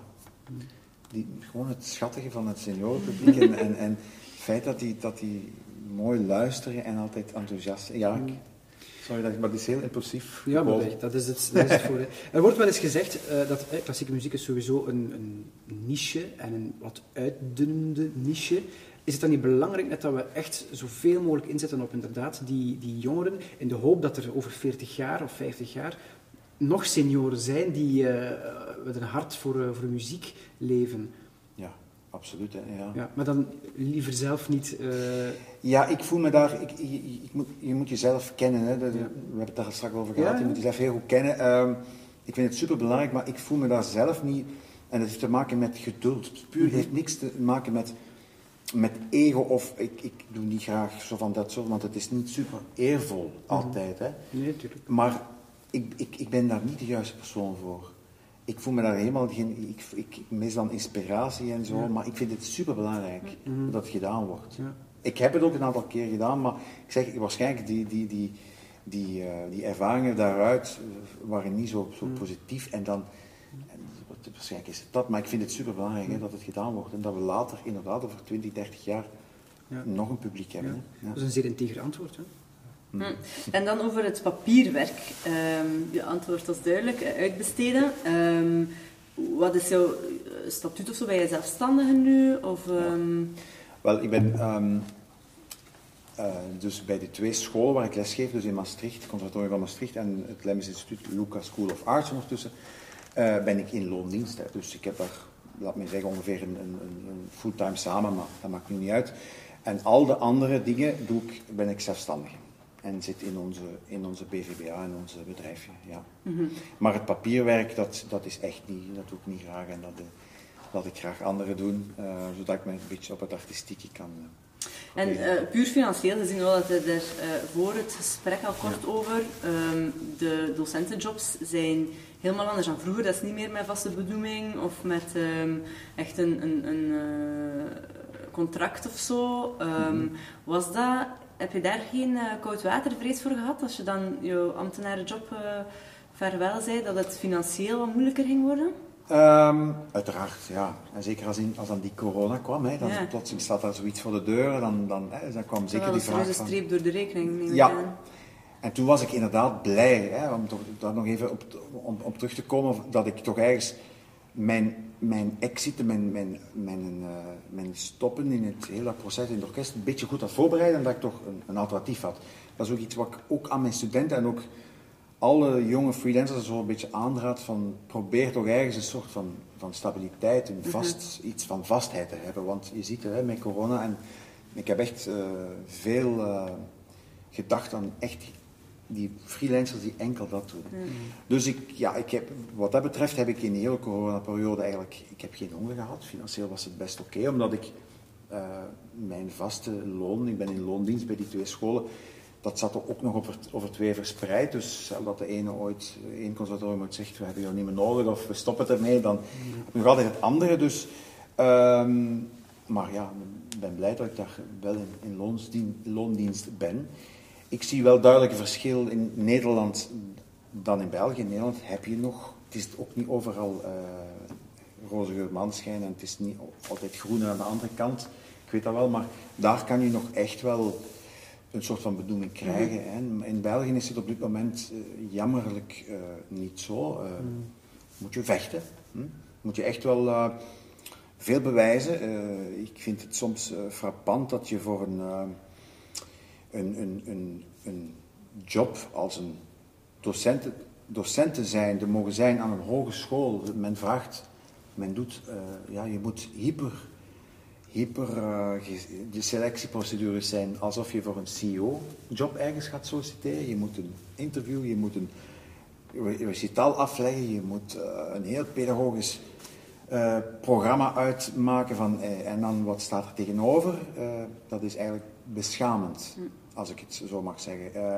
Die, gewoon het schattige van het seniorenpubliek en, en, en het feit dat die, dat die mooi luisteren en altijd enthousiast zijn. Ja, ik, sorry, dat, maar dat is heel impulsief. Ja, maar dat is het, dat is het voor. Er wordt wel eens gezegd uh, dat eh, klassieke muziek is sowieso een, een niche en een wat uitdunnende niche. Is het dan niet belangrijk net dat we echt zoveel mogelijk inzetten op inderdaad die, die jongeren, in de hoop dat er over veertig jaar of vijftig jaar nog senioren zijn die uh, met een hart voor, uh, voor muziek leven. Ja, absoluut. Hè, ja. Ja, maar dan liever zelf niet... Uh... Ja, ik voel me daar... Ik, ik, ik moet, je moet jezelf kennen. Hè. De, ja. We hebben het daar straks over gehad. Ja, ja. Je moet jezelf heel goed kennen. Uh, ik vind het superbelangrijk, maar ik voel me daar zelf niet... En dat heeft te maken met geduld. Het puur mm-hmm. heeft niks te maken met, met ego of... Ik, ik doe niet graag zo van dat soort, want het is niet super eervol mm-hmm. altijd. Hè. Nee, natuurlijk. Maar... Ik, ik, ik ben daar niet de juiste persoon voor. Ik voel me daar helemaal geen... Ik, ik mis dan inspiratie en zo, ja. Maar ik vind het superbelangrijk mm-hmm. dat het gedaan wordt. Ja. Ik heb het ook een aantal keer gedaan, maar ik zeg waarschijnlijk die, die, die, die, uh, die ervaringen daaruit waren niet zo, zo mm. positief. En dan... En waarschijnlijk is het dat, maar ik vind het superbelangrijk mm. hè, dat het gedaan wordt. En dat we later, inderdaad, over twintig, dertig jaar ja. nog een publiek hebben. Ja. Hè. Ja. Dat is een zeer integer antwoord, hè? Hm. En dan over het papierwerk. Um, je antwoord was duidelijk, uitbesteden. Um, wat is jouw statuut of zo? Ben je zelfstandige nu? Of, um... ja. Wel, ik ben um, uh, dus bij de twee scholen waar ik lesgeef, dus in Maastricht, het Conservatorium van Maastricht en het Lemmens Instituut Lucas School of Arts ondertussen, uh, ben ik in loondienst. Hè. Dus ik heb daar, laat me zeggen, ongeveer een, een, een fulltime samen, maar dat maakt nu niet uit. En al de andere dingen doe ik, ben ik zelfstandig. En zit in onze, in onze B V B A, in ons bedrijfje, ja. Mm-hmm. Maar het papierwerk, dat, dat is echt niet, dat doe ik niet graag. En dat, uh, dat ik graag anderen doen, uh, zodat ik me een beetje op het artistieke kan... Uh, en uh, puur financieel gezien, we hadden het er uh, voor het gesprek al kort ja. over. Um, de docentenjobs zijn helemaal anders dan vroeger. Dat is niet meer met vaste benoeming of met um, echt een... een, een uh, contract of zo. Um, mm-hmm. Was dat heb je daar geen uh, koudwatervrees voor gehad? Als je dan je ambtenarenjob uh, vaarwel zei, dat het financieel wat moeilijker ging worden? Um, uiteraard, ja. En zeker als, in, als dan die corona kwam, hè, dan ja. plotseling staat daar zoiets voor de deur, dan, dan, hè, dan kwam zeker die vraag van... een streep door de rekening, neem ik ja. aan. En toen was ik inderdaad blij, hè, om toch, daar nog even op, om, om terug te komen, dat ik toch ergens mijn, mijn exit, mijn, mijn, mijn, uh, mijn stoppen in het hele proces in het orkest een beetje goed had voorbereid en dat ik toch een, een alternatief had. Dat is ook iets wat ik ook aan mijn studenten en ook alle jonge freelancers zo een beetje aanraad van probeer toch ergens een soort van, van stabiliteit, een vast, mm-hmm. iets van vastheid te hebben. Want je ziet het hè, met corona en ik heb echt uh, veel uh, gedacht aan echt die freelancers die enkel dat doen. Mm-hmm. Dus ik, ja, ik heb, wat dat betreft heb ik in de hele coronaperiode eigenlijk, ik heb geen honger gehad. Financieel was het best oké, okay, omdat ik uh, mijn vaste loon, ik ben in loondienst bij die twee scholen, dat zat er ook nog over, over twee verspreid. Dus stel dat de ene ooit, één conservatorium ooit zegt, we hebben jou niet meer nodig of we stoppen ermee, dan heb ik nog altijd het andere. Dus, um, maar ja, ik ben blij dat ik daar wel in, in loonsdien, loondienst ben. Ik zie wel duidelijk een verschil in Nederland dan in België. In Nederland heb je nog, het is ook niet overal uh, roze geur maneschijn en het is niet altijd groener aan de andere kant. Ik weet dat wel, maar daar kan je nog echt wel een soort van bedoeling krijgen. Mm-hmm. In België is het op dit moment uh, jammerlijk uh, niet zo. Uh, mm. Moet je vechten. Hm? Moet je echt wel uh, veel bewijzen. Uh, ik vind het soms uh, frappant dat je voor een, uh, een, een, een, een job als een docent, docent te zijn, te mogen zijn aan een hogeschool. Men vraagt, men doet, uh, ja, je moet hyper... hyper uh, de selectieprocedures zijn alsof je voor een C E O-job ergens gaat solliciteren. Je moet een interview, je moet een recitaal afleggen, je moet uh, een heel pedagogisch uh, programma uitmaken van, uh, en dan wat staat er tegenover. Uh, dat is eigenlijk beschamend, als ik het zo mag zeggen. Uh,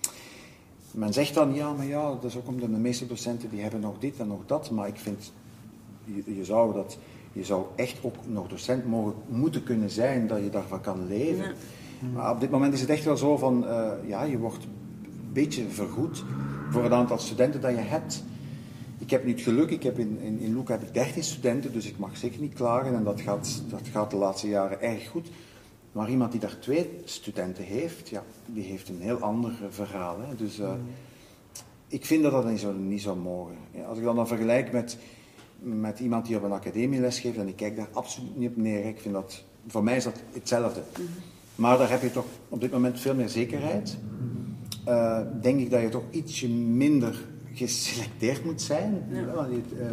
men zegt dan, ja, maar ja, dat is ook omdat de meeste docenten die hebben nog dit en nog dat, maar ik vind, je, je zou dat... Je zou echt ook nog docent mogen, moeten kunnen zijn, dat je daarvan kan leven. Ja. Maar op dit moment is het echt wel zo van, uh, ja, je wordt een beetje vergoed voor het aantal studenten dat je hebt. Ik heb nu het geluk, ik heb in, in, in Luca heb ik dertien studenten, dus ik mag zeker niet klagen en dat gaat, dat gaat de laatste jaren erg goed. Maar iemand die daar twee studenten heeft, ja, die heeft een heel ander verhaal. Hè. Dus uh, ik vind dat dat niet zo, niet zo mogen. Ja, als ik dan, dan vergelijk met... met iemand die op een academie lesgeeft en ik kijk daar absoluut niet op neer. Ik vind dat, voor mij is dat hetzelfde. Mm-hmm. Maar daar heb je toch op dit moment veel meer zekerheid. Uh, denk ik dat je toch ietsje minder geselecteerd moet zijn. Ja. Uh,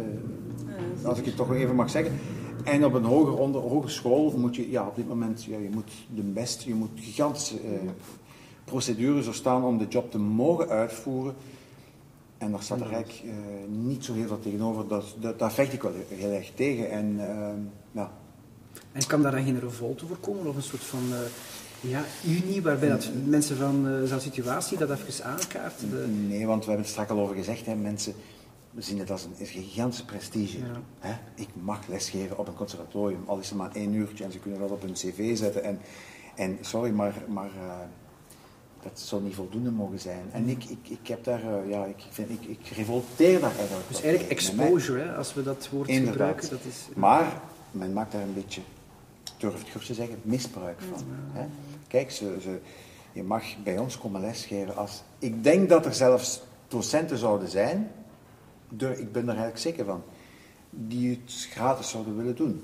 ja, als ik het toch even mag zeggen. En op een hoger onder, hogeschool moet je, ja, op dit moment, ja, je moet de beste, je moet gigantische uh, procedures er staan om de job te mogen uitvoeren. En daar staat er eigenlijk uh, niet zo heel veel tegenover. Dat, dat, daar vecht ik wel heel erg tegen. En, uh, ja. en kan daar dan geen revolte voor komen? Of een soort van uh, ja, unie waarbij dat mensen van uh, zo'n situatie dat even aankaarten? De... Nee, want we hebben het straks al over gezegd. Hè, mensen zien het als een, een gigantische prestige. Ja. Hè? Ik mag lesgeven op een conservatorium. Al is het maar één uurtje en ze kunnen dat op hun cv zetten. En, en sorry, maar... maar uh, dat zou niet voldoende mogen zijn. En ik, ik, ik heb daar, uh, ja, ik, vind, ik, ik revolteer daar eigenlijk. Dus eigenlijk exposure, hè, als we dat woord Inderdaad. gebruiken. Dat is, uh... Maar men maakt daar een beetje, durf ik te zeggen, misbruik van. Ja. Hè? Kijk, ze, ze, je mag bij ons komen lesgeven als... Ik denk dat er zelfs docenten zouden zijn, durf, ik ben er eigenlijk zeker van, die het gratis zouden willen doen.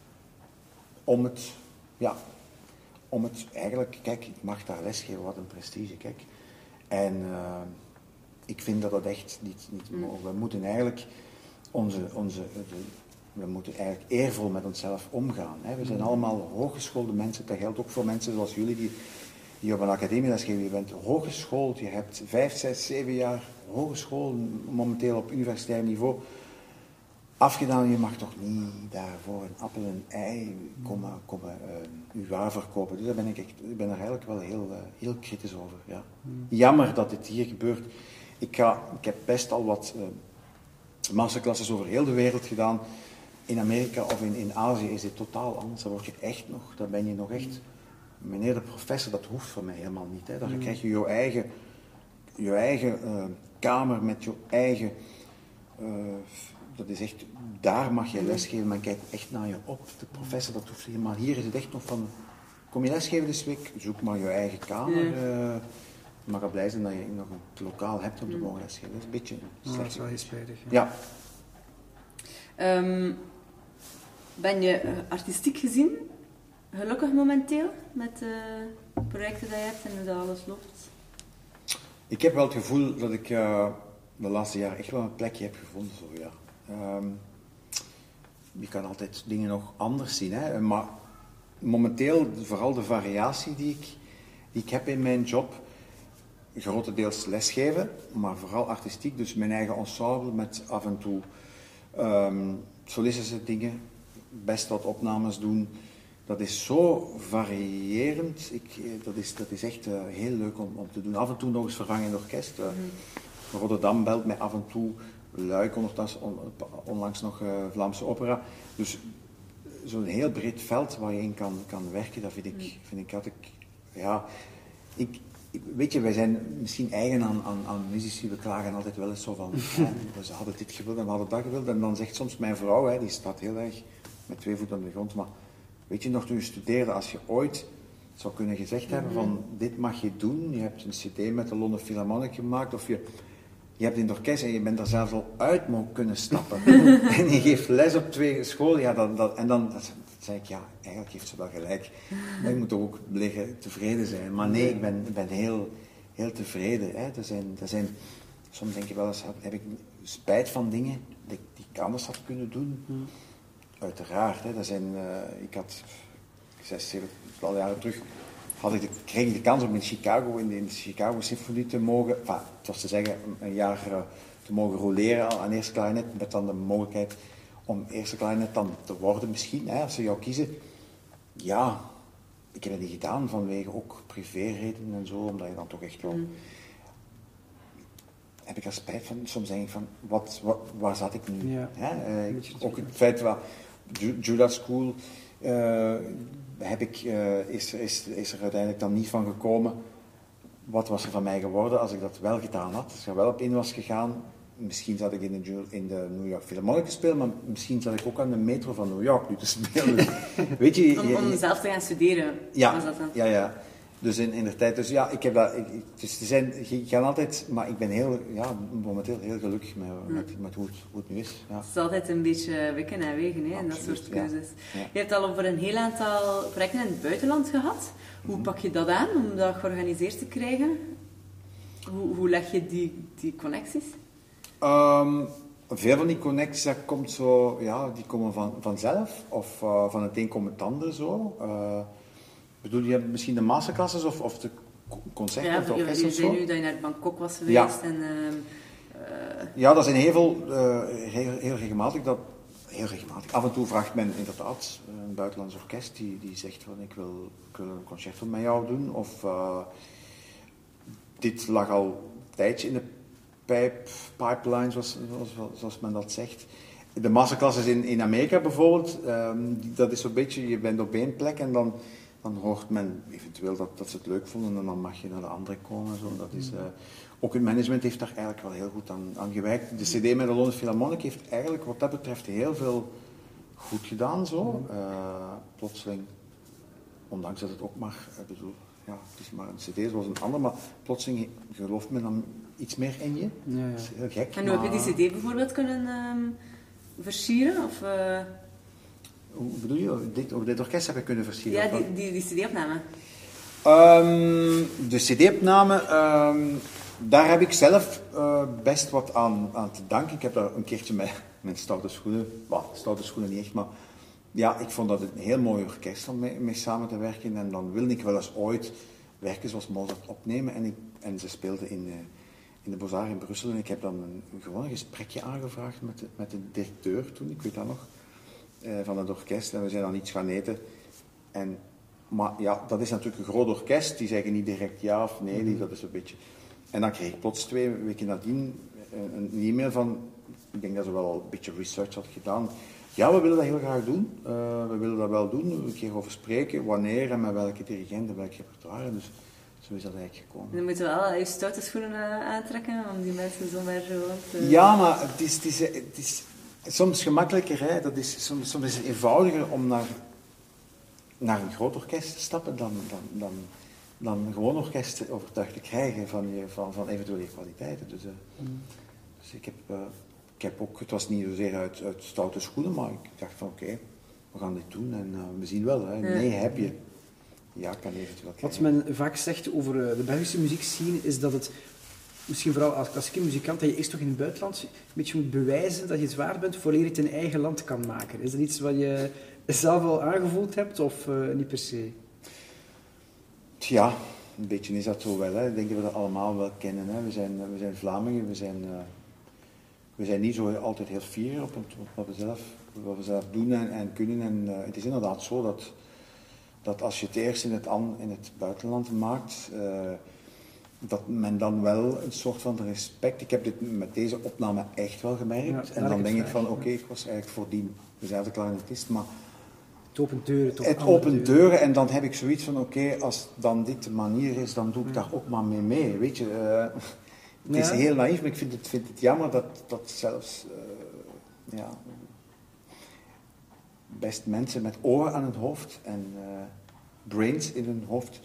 Om het, ja... Om het eigenlijk, kijk, ik mag daar lesgeven, wat een prestige, kijk. En uh, ik vind dat dat echt niet, niet mm. mogen. We moeten eigenlijk onze, onze, de, we moeten eigenlijk eervol met onszelf omgaan. Hè. We zijn allemaal hooggeschoolde mensen, dat geldt ook voor mensen zoals jullie die, die op een academie lesgeven. Je bent hooggeschoold, je hebt vijf, zes, zeven jaar hogeschool, momenteel op universitair niveau. Afgedaan, je mag toch niet daarvoor een appel en ei komen, komen uh, uw waar verkopen. Dus daar ben ik, echt, ik ben er eigenlijk wel heel, uh, heel kritisch over. Ja. Jammer dat dit hier gebeurt. Ik, ga, ik heb best al wat uh, masterclasses over heel de wereld gedaan. In Amerika of in, in Azië is dit totaal anders. Daar word je echt nog, daar ben je nog echt meneer de professor, dat hoeft voor mij helemaal niet. Hè. Dan mm. krijg je je eigen, je eigen uh, kamer met je eigen... Uh, dat is echt, daar mag je lesgeven, men kijkt echt naar je op. De professor, dat hoeft helemaal. Hier is het echt nog van, kom je lesgeven deze week, zoek maar je eigen kamer. Uh, je mag er blij zijn dat je nog een lokaal hebt om te mogen lesgeven. Dat is een beetje slecht. Oh, dat is wel heel spijtig. Ja. ja. Um, ben je uh, artistiek gezien gelukkig momenteel met de uh, projecten die je hebt en hoe dat alles loopt? Ik heb wel het gevoel dat ik uh, de laatste jaren echt wel een plekje heb gevonden. Zo, ja. um, je kan altijd dingen nog anders zien, hè? Maar momenteel, vooral de variatie die ik, die ik heb in mijn job, grotendeels lesgeven, maar vooral artistiek, dus mijn eigen ensemble met af en toe um, solistische dingen, best wat opnames doen. Dat is zo variërend. Ik, dat, is, dat is echt uh, heel leuk om, om te doen. Af en toe nog eens vervangend orkest. Uh, mm. Rotterdam belt mij af en toe. Luik ondertussen, on, onlangs nog uh, Vlaamse opera. Dus zo'n heel breed veld waar je in kan, kan werken, dat vind ik, mm. vind ik altijd... Ja, ik, ik, weet je, wij zijn misschien eigen aan, aan, aan muzici. We klagen altijd wel eens zo van... hè, ze hadden dit gewild en we hadden dat gewild. En dan zegt soms mijn vrouw, hè, die staat heel erg met twee voeten aan de grond, maar... Weet je nog, toen je studeerde, als je ooit zou kunnen gezegd hebben van dit mag je doen, je hebt een cd met de London Philharmonic gemaakt, of je, je hebt in het orkest en je bent er zelfs al uit mogen kunnen stappen. En je geeft les op twee scholen, ja, dat, dat, en dan, dan zei ik, ja, eigenlijk heeft ze wel gelijk. Maar je moet toch ook liggen tevreden zijn. Maar nee, ik ben, ik ben heel, heel tevreden. Hè. Er zijn, er zijn, soms denk je wel eens, heb ik spijt van dingen die, die ik anders had kunnen doen. Uiteraard, hè. Dat zijn, uh, ik had zes, zeven, twaalf jaren terug, had ik de, kreeg ik de kans om in Chicago, in de, in de Chicago Symphony te mogen, enfin, het was te zeggen, een jaar uh, te mogen roleren aan eerste klarinet, met dan de mogelijkheid om eerste klarinet dan te worden misschien, hè, als ze jou kiezen. Ja, ik heb het niet gedaan vanwege ook privéredenen en zo, omdat je dan toch echt wel... Mm. Heb ik er spijt van. Soms denk ik van, wat, wat, waar zat ik nu? Ja. Hè? Uh, ook het feit dat Juilliard School uh, heb ik, uh, is, is, is er uiteindelijk dan niet van gekomen. Wat was er van mij geworden als ik dat wel gedaan had? Als ik er wel op in was gegaan, misschien zat ik in de, in de New York Philharmonic te spelen, maar misschien zat ik ook aan de metro van New York nu te spelen. Weet je, om, om zelf te gaan studeren, ja, was dat dan? Ja, ja. Dus in, in de tijd, dus ja, ik heb dat, ik, dus er zijn, je kan altijd, maar ik ben heel, ja, momenteel heel gelukkig met, mm. met, met hoe, het, hoe het nu is. Ja. Het is altijd een beetje wikken en wegen, hè, en dat soort keuzes. Ja. Ja. Je hebt al over een heel aantal projecten in het buitenland gehad. Hoe mm. pak je dat aan om dat georganiseerd te krijgen? Hoe, hoe leg je die, die connecties? Um, veel van die connecties, dat komt zo, ja, die komen van, vanzelf, of uh, van het een komt het ander zo. Uh, Bedoel je misschien de masterclasses of, of de concerten? Ja, of de orkesten je of zo? zei nu dat je naar Bangkok was geweest. Ja, en, uh, uh... ja dat zijn heel veel, uh, heel, heel regelmatig. Dat, heel regelmatig. Af en toe vraagt men inderdaad een buitenlands orkest die, die zegt van ik wil, ik wil een concerto met jou doen. Of uh, dit lag al een tijdje in de pijp, pipeline, zoals, zoals, zoals men dat zegt. De masterclasses in, in Amerika bijvoorbeeld, um, dat is zo'n beetje, je bent op één plek en dan... Dan hoort men eventueel dat, dat ze het leuk vonden en dan mag je naar de andere komen. Zo. Dat is, uh, ook het management heeft daar eigenlijk wel heel goed aan, aan gewerkt. De cd met de London Philharmonic heeft eigenlijk wat dat betreft heel veel goed gedaan. Zo. Uh, plotseling, ondanks dat het ook maar, ik bedoel, ja, het is maar een cd zoals een ander, maar plotseling gelooft men dan iets meer in je. Ja, ja. Dat is heel gek. En hoe maar... heb je die cd bijvoorbeeld kunnen um, versieren? Of, uh... Hoe bedoel je? Dit, over dit orkest heb ik kunnen versieren? Ja, die, die, die cd-opname. Um, de cd-opname, um, daar heb ik zelf uh, best wat aan, aan te danken. Ik heb daar een keertje met mijn stoute schoenen, well, stoute schoenen niet echt, maar ja, ik vond dat een heel mooi orkest om mee, mee samen te werken. En dan wilde ik wel eens ooit werken zoals Mozart opnemen. En, ik, en ze speelden in, uh, in de Beaux-Arts in Brussel. En ik heb dan een, gewoon een gesprekje aangevraagd met de, met de directeur toen, ik weet dat nog. Van het orkest en we zijn dan iets gaan eten. En, maar ja, dat is natuurlijk een groot orkest, die zeggen niet direct ja of nee, die, dat is een beetje... En dan kreeg ik plots twee weken nadien een, een e-mail van, ik denk dat ze wel al een beetje research had gedaan, Ja, we willen dat heel graag doen. Uh, we willen dat wel doen, een keer over spreken, wanneer en met welke dirigent en welk repertoire. Dus zo is dat eigenlijk gekomen. Dan moeten we wel je stoute schoenen uh, aantrekken om die mensen zomaar zo te... Ja, maar het is, het is, het is soms gemakkelijker, hè. Dat is, soms, soms is het eenvoudiger om naar, naar een groot orkest te stappen dan, dan, dan, dan een gewoon orkest overtuigd te krijgen van, je, van, van eventuele kwaliteiten. Dus, uh, mm. dus ik heb... Uh, Ik heb ook, het was niet zozeer uit, uit stoute schoenen, maar ik dacht van oké, okay, we gaan dit doen en uh, we zien wel. Hè. Nee, heb je. Ja, kan eventueel krijgen. Wat men vaak zegt over de Belgische muziekscene is dat het, misschien vooral als klassieke muzikant, dat je eerst toch in het buitenland een beetje moet bewijzen dat je het waard bent voordat je het in eigen land kan maken. Is dat iets wat je zelf al aangevoeld hebt of uh, niet per se? Ja, een beetje is dat zo wel. Hè. Ik denk dat we dat allemaal wel kennen. Hè. We, zijn, we zijn Vlamingen, we zijn... Uh, We zijn niet zo altijd heel fier op, het, op wat, we zelf, wat we zelf doen en, en kunnen. En uh, het is inderdaad zo dat, dat als je het eerst in het, an, in het buitenland maakt, uh, dat men dan wel een soort van respect... Ik heb dit met deze opname echt wel gemerkt. Ja, en dan denk ik van, oké, okay, ik was eigenlijk voordien dezelfde klarinetist, maar... Het opent deuren. Het opent deuren en dan heb ik zoiets van, oké, okay, als dan dit de manier is, dan doe ik ja. daar ook maar mee mee, weet je... Uh, Het is ja. heel naïef, maar ik vind het, vind het jammer dat, dat zelfs uh, ja, best mensen met oren aan het hoofd en uh, brains in hun hoofd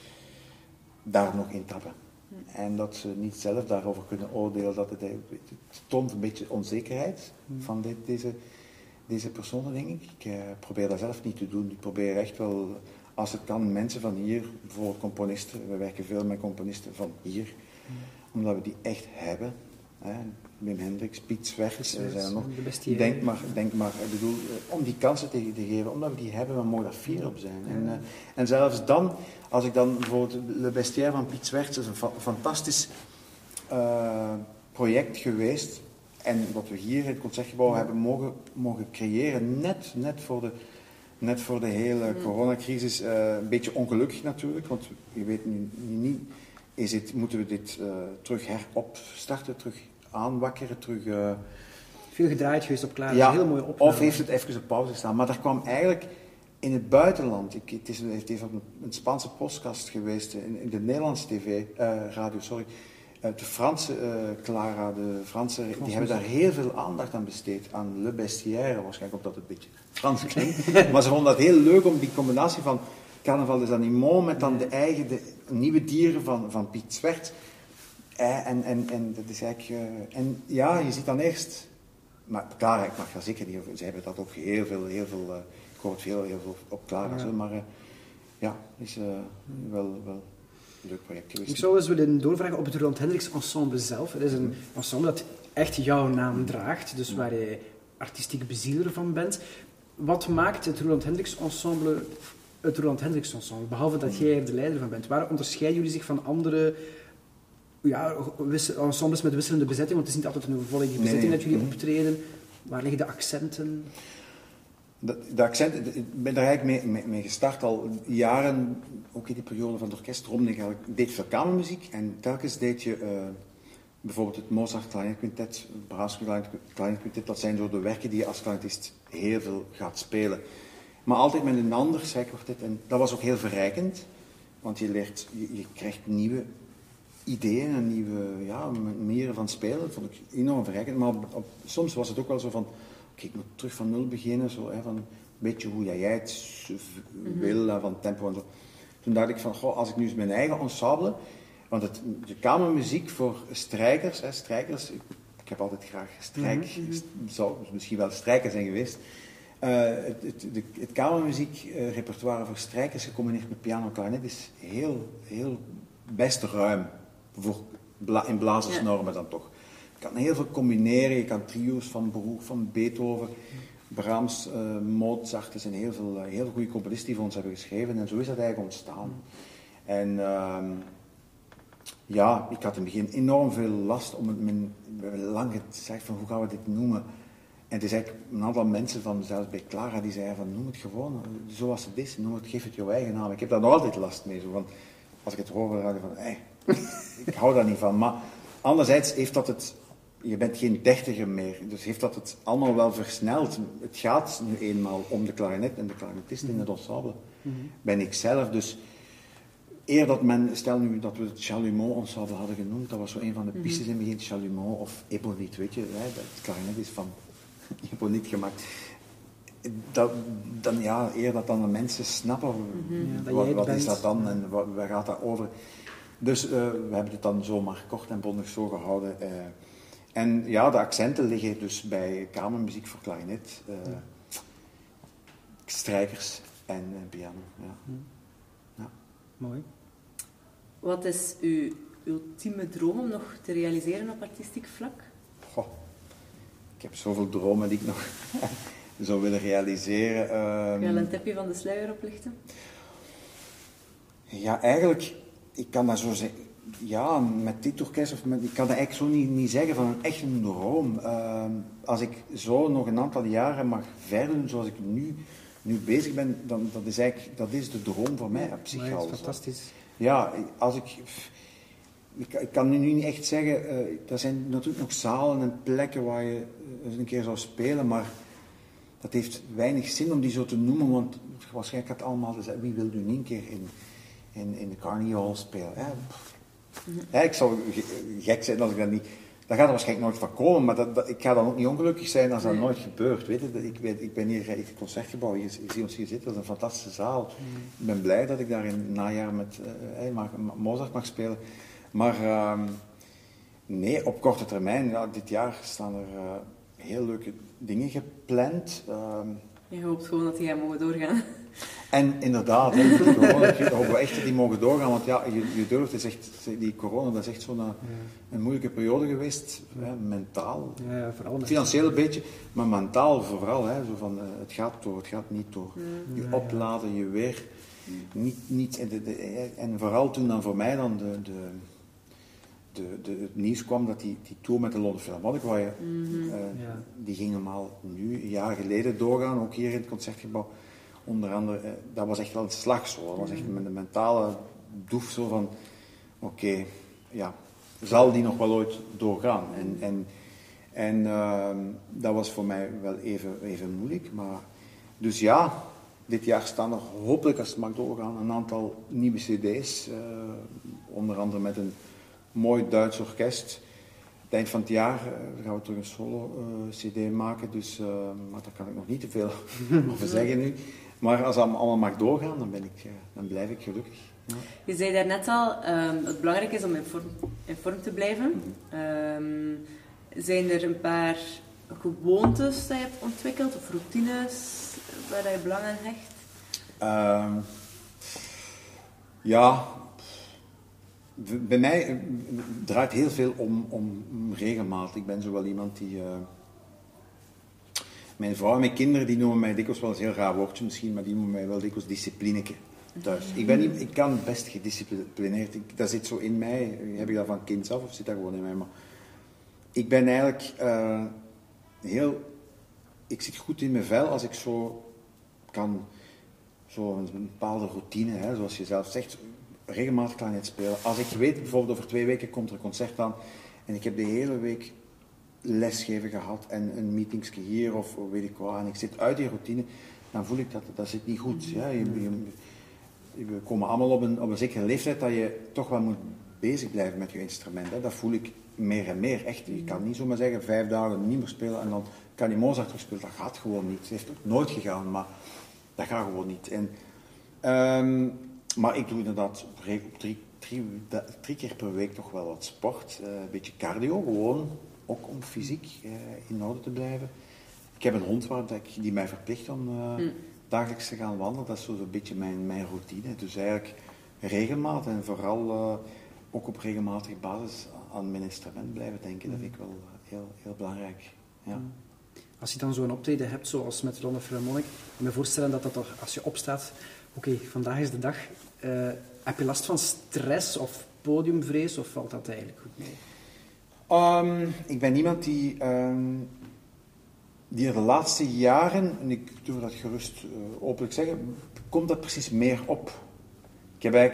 daar nog in tappen. Hm. En dat ze niet zelf daarover kunnen oordelen, dat het, het toont een beetje onzekerheid hm. van dit, deze, deze personen, denk ik. Ik uh, probeer dat zelf niet te doen. Ik probeer echt wel, als het kan, mensen van hier, bijvoorbeeld componisten, we werken veel met componisten van hier, hm. omdat we die echt hebben. Hè. Wim Hendricks, Piet Zwerts, er zijn er nog. Denk maar, denk maar ik bedoel, om die kansen te, te geven, omdat we die hebben, we mogen daar fier op zijn. En, uh, en zelfs dan, als ik dan bijvoorbeeld Le Bestiaire van Piet Zwerts, is een fa fantastisch uh, project geweest. En wat we hier in het Concertgebouw hebben mogen, mogen creëren, net, net voor de... Net voor de hele coronacrisis, uh, een beetje ongelukkig natuurlijk, want je weet nu niet, is het, moeten we dit uh, terug heropstarten, terug aanwakkeren, terug... Uh... Veel gedraaid geweest op klaar, ja, een hele mooie opname. Of heeft het even op pauze gestaan, maar daar kwam eigenlijk in het buitenland, ik, het, is, het is op een, een Spaanse podcast geweest, in, in de Nederlandse tv, uh, radio, sorry, uh, de Franse uh, Clara, de Franse, die hebben daar heel veel aandacht aan besteed, aan Le Bestiaire, waarschijnlijk omdat het een beetje Frans klinkt, maar ze vonden dat heel leuk om die combinatie van Carnaval des Animaux met dan de eigen, de nieuwe dieren van, van Piet Zwerts. Eh, en, en, en dat is eigenlijk, uh, en ja, je ziet dan eerst, maar Clara, ik mag daar zeker niet over, ze hebben dat ook heel veel, heel veel, uh, ik hoor het heel, heel veel op Clara, ja. Zo, maar uh, ja, het is uh, wel, wel een leuk project geweest. Ik zou eens willen doorvragen op het Roland Hendricks ensemble zelf. Het is een ensemble dat echt jouw naam draagt, dus waar je artistiek bezieler van bent. Wat maakt het Roland Hendricks ensemble het Roland Hendricks ensemble, behalve dat jij er de leider van bent? Waar onderscheiden jullie zich van andere ja, ensembles met wisselende bezetting? Want het is niet altijd een volledige bezetting nee, nee. dat jullie optreden. Waar liggen de accenten? De, de accenten, ik ben daar eigenlijk mee, mee, mee gestart al jaren, ook in die periode van het orkest. Rond ik deed veel kamermuziek en telkens deed je uh, bijvoorbeeld het Mozart Kleinquintet, het Brahms Kleinquintet. Dat zijn zo de werken die je als kleinetist heel veel gaat spelen. Maar altijd met een ander zijkwartet. En dat was ook heel verrijkend, want je leert, je, je krijgt nieuwe ideeën en nieuwe ja, manieren van spelen. Dat vond ik enorm verrijkend. Maar op, op, soms was het ook wel zo van, oké, okay, ik moet terug van nul beginnen, zo, hè, van een beetje hoe jij het wil, mm-hmm. van tempo en zo. Toen dacht ik van, goh, als ik nu eens mijn eigen ensemble, want het, de kamermuziek voor strijkers, hè, strijkers, ik, ik heb altijd graag strijk, mm-hmm. zou misschien wel strijker zijn geweest. Uh, het, het, de, het kamermuziekrepertoire uh, voor strijkers gecombineerd met piano en klarinet is heel, heel best ruim, voor bla, in blazersnormen dan toch. Je kan heel veel combineren, je kan trio's van Baruch, van Beethoven, Brahms, uh, Mozart, er zijn heel veel, uh, heel veel goede componisten die voor ons hebben geschreven en zo is dat eigenlijk ontstaan. En uh, ja, ik had in het begin enorm veel last om het, mijn, lang gezegd van hoe gaan we dit noemen. En het is eigenlijk een aantal mensen, van, zelfs bij Clara, die zeiden van noem het gewoon zoals het is, noem het, geef het jouw eigen naam. Ik heb daar nog altijd last mee, zo van, als ik het hoor, dan ga ik van, hey, ik hou daar niet van. Maar anderzijds heeft dat het, je bent geen dertiger meer. Dus heeft dat het allemaal wel versneld. Het gaat nu eenmaal om de klarinet en de klarinetist in het ensemble. Mm-hmm. Ben ik zelf. Dus eer dat men, stel nu dat we het Chalumeau ensemble hadden genoemd, dat was zo een van de pistes in het begin, Chalumeau of Ebonite, weet je. Hè, het klarinet is van Ebonite gemaakt. Dat, dan, ja, eer dat dan de mensen snappen, mm-hmm. wat, wat is dat dan en wat, waar gaat dat over. Dus uh, we hebben het dan zomaar kort en bondig zo gehouden. Uh, en ja, de accenten liggen dus bij kamermuziek voor klarinet, uh, strijkers en uh, piano. Ja. Mm. Ja. Mooi. Wat is uw ultieme droom om nog te realiseren op artistiek vlak? Goh, ik heb zoveel dromen die ik nog zou willen realiseren. Um, Kun je een tipje van de sluier oplichten? Ja, eigenlijk, ik kan dat zo zeggen. Ja, met dit orkest, of met, ik kan dat eigenlijk zo niet, niet zeggen van een echt een droom. Uh, als ik zo nog een aantal jaren mag verder doen zoals ik nu, nu bezig ben, dan dat is eigenlijk dat is de droom voor mij op zich al. Fantastisch. Ja, als ik, ik... Ik kan nu niet echt zeggen, uh, er zijn natuurlijk nog zalen en plekken waar je eens een keer zou spelen, maar dat heeft weinig zin om die zo te noemen, want waarschijnlijk gaat het allemaal zeggen, wie wil nu niet een keer in, in, in de Carnegie Hall spelen? Ja, ja, ik zou gek zijn als ik dat niet... Dat gaat er waarschijnlijk nooit van komen, maar dat, dat, ik ga dan ook niet ongelukkig zijn als dat nee. nooit gebeurt. Weet je? Ik, weet, ik ben hier in het Concertgebouw, je, je ziet ons hier zitten, dat is een fantastische zaal. Mm. Ik ben blij dat ik daar in het najaar met uh, mag, Mozart mag spelen. Maar uh, nee, op korte termijn, ja, dit jaar staan er uh, heel leuke dingen gepland. Uh, je hoopt gewoon dat die gaan mogen doorgaan. En inderdaad, hè, die corona, ik hoop wel echt dat die mogen doorgaan, want ja, je, je durft, het is echt, die corona, dat is echt zo'n ja. een moeilijke periode geweest, ja. hè, mentaal, ja, ja, vooral financieel een beetje, maar mentaal vooral, hè, zo van, uh, het gaat door, het gaat niet door. Ja. Je ja, opladen, je weer, ja. niet, niet en, de, de, en vooral toen dan voor mij dan de, de, de, de, het nieuws kwam dat die, die tour met de London Philharmonic, waar je, mm-hmm. uh, ja. die ging normaal nu, een jaar geleden doorgaan, ook hier in het Concertgebouw. Onder andere, dat was echt wel een slag zo. Dat was echt met de mentale doef zo van, oké, okay, ja, zal die nog wel ooit doorgaan? En, en, en uh, dat was voor mij wel even, even moeilijk. Maar, dus ja, dit jaar staan er hopelijk, als het mag doorgaan, een aantal nieuwe cd's. Uh, onder andere met een mooi Duits orkest. Het eind van het jaar uh, gaan we terug een solo-cd uh, maken, dus, uh, maar daar kan ik nog niet te veel over zeggen nu. Maar als het allemaal mag doorgaan, dan, ben ik, dan blijf ik gelukkig. Ja. Je zei daarnet al, um, het belangrijk is om in vorm, in vorm te blijven. Mm-hmm. Um, zijn er een paar gewoontes die je hebt ontwikkeld, of routines waar je belang aan hecht? Um, ja, bij mij draait heel veel om, om regelmaat. Ik ben zo wel iemand die... Uh, Mijn vrouw en mijn kinderen die noemen mij dikwijls wel een heel raar woordje misschien, maar die noemen mij wel dikwijls disciplineke thuis. Ik, ben niet, ik kan best gedisciplineerd, ik, dat zit zo in mij, heb ik dat van kinds af of zit dat gewoon in mij, maar ik ben eigenlijk uh, heel, ik zit goed in mijn vel als ik zo kan, zo een bepaalde routine, hè, zoals je zelf zegt, regelmatig klarinet spelen. Als ik weet, bijvoorbeeld over twee weken komt er een concert aan en ik heb de hele week lesgeven gehad en een meetingsje hier of weet ik wat, en ik zit uit die routine, dan voel ik dat dat zit niet goed. Ja? Je, je, we komen allemaal op een, op een zekere leeftijd dat je toch wel moet bezig blijven met je instrument. Hè? Dat voel ik meer en meer, echt. Je kan niet zomaar zeggen, vijf dagen niet meer spelen en dan kan je Mozart terugspelen. Dat gaat gewoon niet. Het heeft ook nooit gegaan, maar dat gaat gewoon niet. En, um, maar ik doe inderdaad op drie, drie, drie keer per week toch wel wat sport. Uh, een beetje cardio, gewoon. Ook om fysiek uh, in orde te blijven. Ik heb een hond waar ik, die mij verplicht om uh, mm. dagelijks te gaan wandelen. Dat is zo'n beetje mijn, mijn routine. Dus eigenlijk regelmaat en vooral uh, ook op regelmatige basis aan mijn instrument blijven denken. Mm. Dat vind ik wel heel, heel belangrijk. Ja. Mm. Als je dan zo'n optreden hebt, zoals met de London Philharmonic, ik kan me voorstellen dat dat toch, als je opstaat, oké, okay, vandaag is de dag, uh, heb je last van stress of podiumvrees of valt dat eigenlijk goed mee? Um, ik ben iemand die, um, die er de laatste jaren, en ik durf dat gerust uh, openlijk zeggen, komt dat precies meer op. Ik heb eigenlijk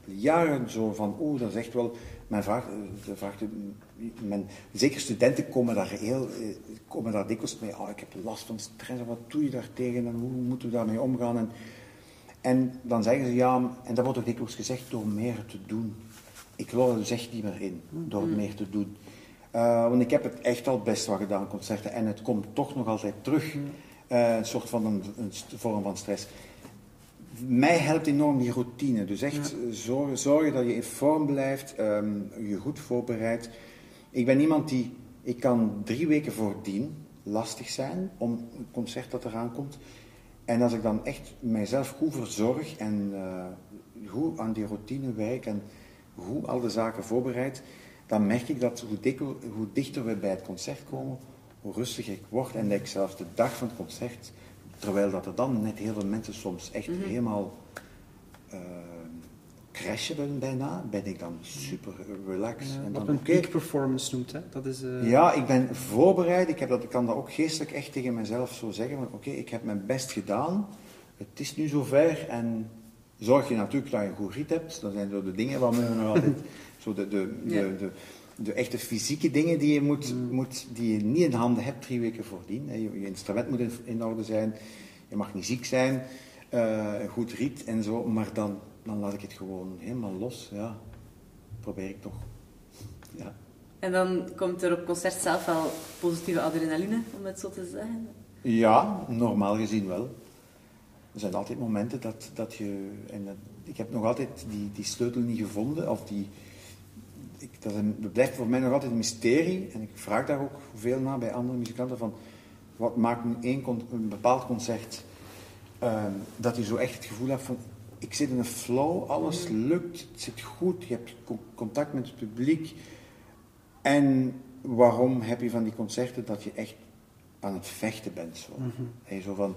jaren zo van, oeh, dat is echt wel... Men vraagt, vraagt men, zeker studenten komen daar, heel, komen daar dikwijls mee, oh, ik heb last van stress, wat doe je daar tegen en hoe moeten we daarmee omgaan? En, en dan zeggen ze, ja, en dat wordt ook dikwijls gezegd, door meer te doen. Ik geloof er dus echt niet meer in, door mm-hmm. meer te doen. Uh, want ik heb het echt al best wel gedaan, concerten, en het komt toch nog altijd terug. Uh, een soort van een, een vorm van stress. Mij helpt enorm die routine. Dus echt ja. zorgen, zorgen dat je in vorm blijft, um, je goed voorbereidt. Ik ben iemand die, ik kan drie weken voordien lastig zijn om een concert dat eraan komt. En als ik dan echt mijzelf goed verzorg en uh, goed aan die routine werk en goed al de zaken voorbereid, dan merk ik dat hoe, dik, hoe dichter we bij het concert komen, hoe rustiger ik word en dat ik zelfs de dag van het concert, terwijl dat er dan net heel veel mensen soms echt mm-hmm. helemaal uh, crashen bijna, ben ik dan super relaxed. Ja, en wat dan, een okay, peak performance noemt, hè? Dat is, uh... Ja, ik ben voorbereid, ik, heb dat, ik kan dat ook geestelijk echt tegen mezelf zo zeggen, oké, okay, ik heb mijn best gedaan, het is nu zover en zorg je natuurlijk dat je een goed rit hebt, dat zijn zo de dingen waar we nog altijd, zo de, de, de, de, de De echte fysieke dingen die je, moet, mm. moet, die je niet in handen hebt drie weken voordien. Je, je instrument moet in, in orde zijn, je mag niet ziek zijn, uh, een goed riet en zo, maar dan, dan laat ik het gewoon helemaal los. Ja, probeer ik toch. Ja. En dan komt er op concert zelf wel positieve adrenaline, om het zo te zeggen? Ja, normaal gezien wel. Er zijn altijd momenten dat, dat je... En dat, ik heb nog altijd die, die sleutel niet gevonden, of die... Ik, dat, is een, dat blijft voor mij nog altijd een mysterie en ik vraag daar ook veel naar bij andere muzikanten van wat maakt nu één, een bepaald concert uh, dat je zo echt het gevoel hebt van ik zit in een flow, alles lukt, het zit goed, je hebt contact met het publiek en waarom heb je van die concerten dat je echt aan het vechten bent zo, mm-hmm. en je zo van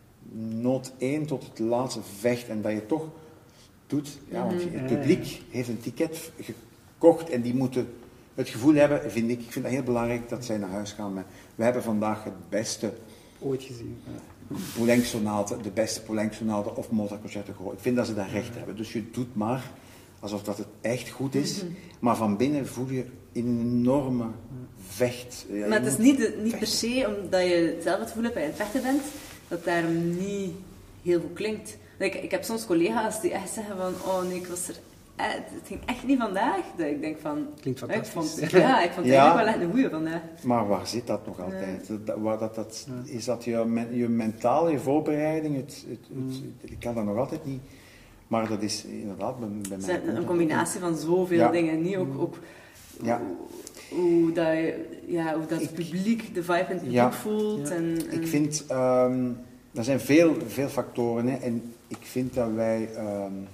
noot één tot het laatste vecht en dat je toch doet, ja, want het publiek heeft een ticket gekocht en die moeten het gevoel hebben, vind ik, ik vind het heel belangrijk dat zij naar huis gaan met, we hebben vandaag het beste ooit gezien. Ja. Poulenc-sonate, de beste Poulenc-sonate of Mozart-concerten gehoord. Ik vind dat ze dat recht hebben. Dus je doet maar alsof dat het echt goed is, mm-hmm. maar van binnen voel je een enorme vecht. Ja, maar het is niet, de, niet per se omdat je zelf het gevoel hebt dat je aan het vechten bent, dat daarom niet heel goed klinkt. Ik, ik heb soms collega's die echt zeggen van, oh nee, ik was er, eh, het ging echt niet vandaag. Dat ik denk van, klinkt fantastisch. Ik vond, ja, ik vond het ja, eigenlijk wel echt een goeie vandaag. Maar waar zit dat nog altijd? Ja. Dat, waar dat, dat, ja. Is dat je, je mentaal, je voorbereiding? Het, het, het, het, ik kan dat nog altijd niet. Maar dat is inderdaad bij, bij mij... Het is een combinatie van zoveel ja. dingen. Niet ook, ook ja. hoe, hoe dat, ja, hoe dat het publiek, de vibe in het publiek ja. voelt. Ja. En, en... Ik vind... Um, er zijn veel, veel factoren. Hè, en ik vind dat wij... Um,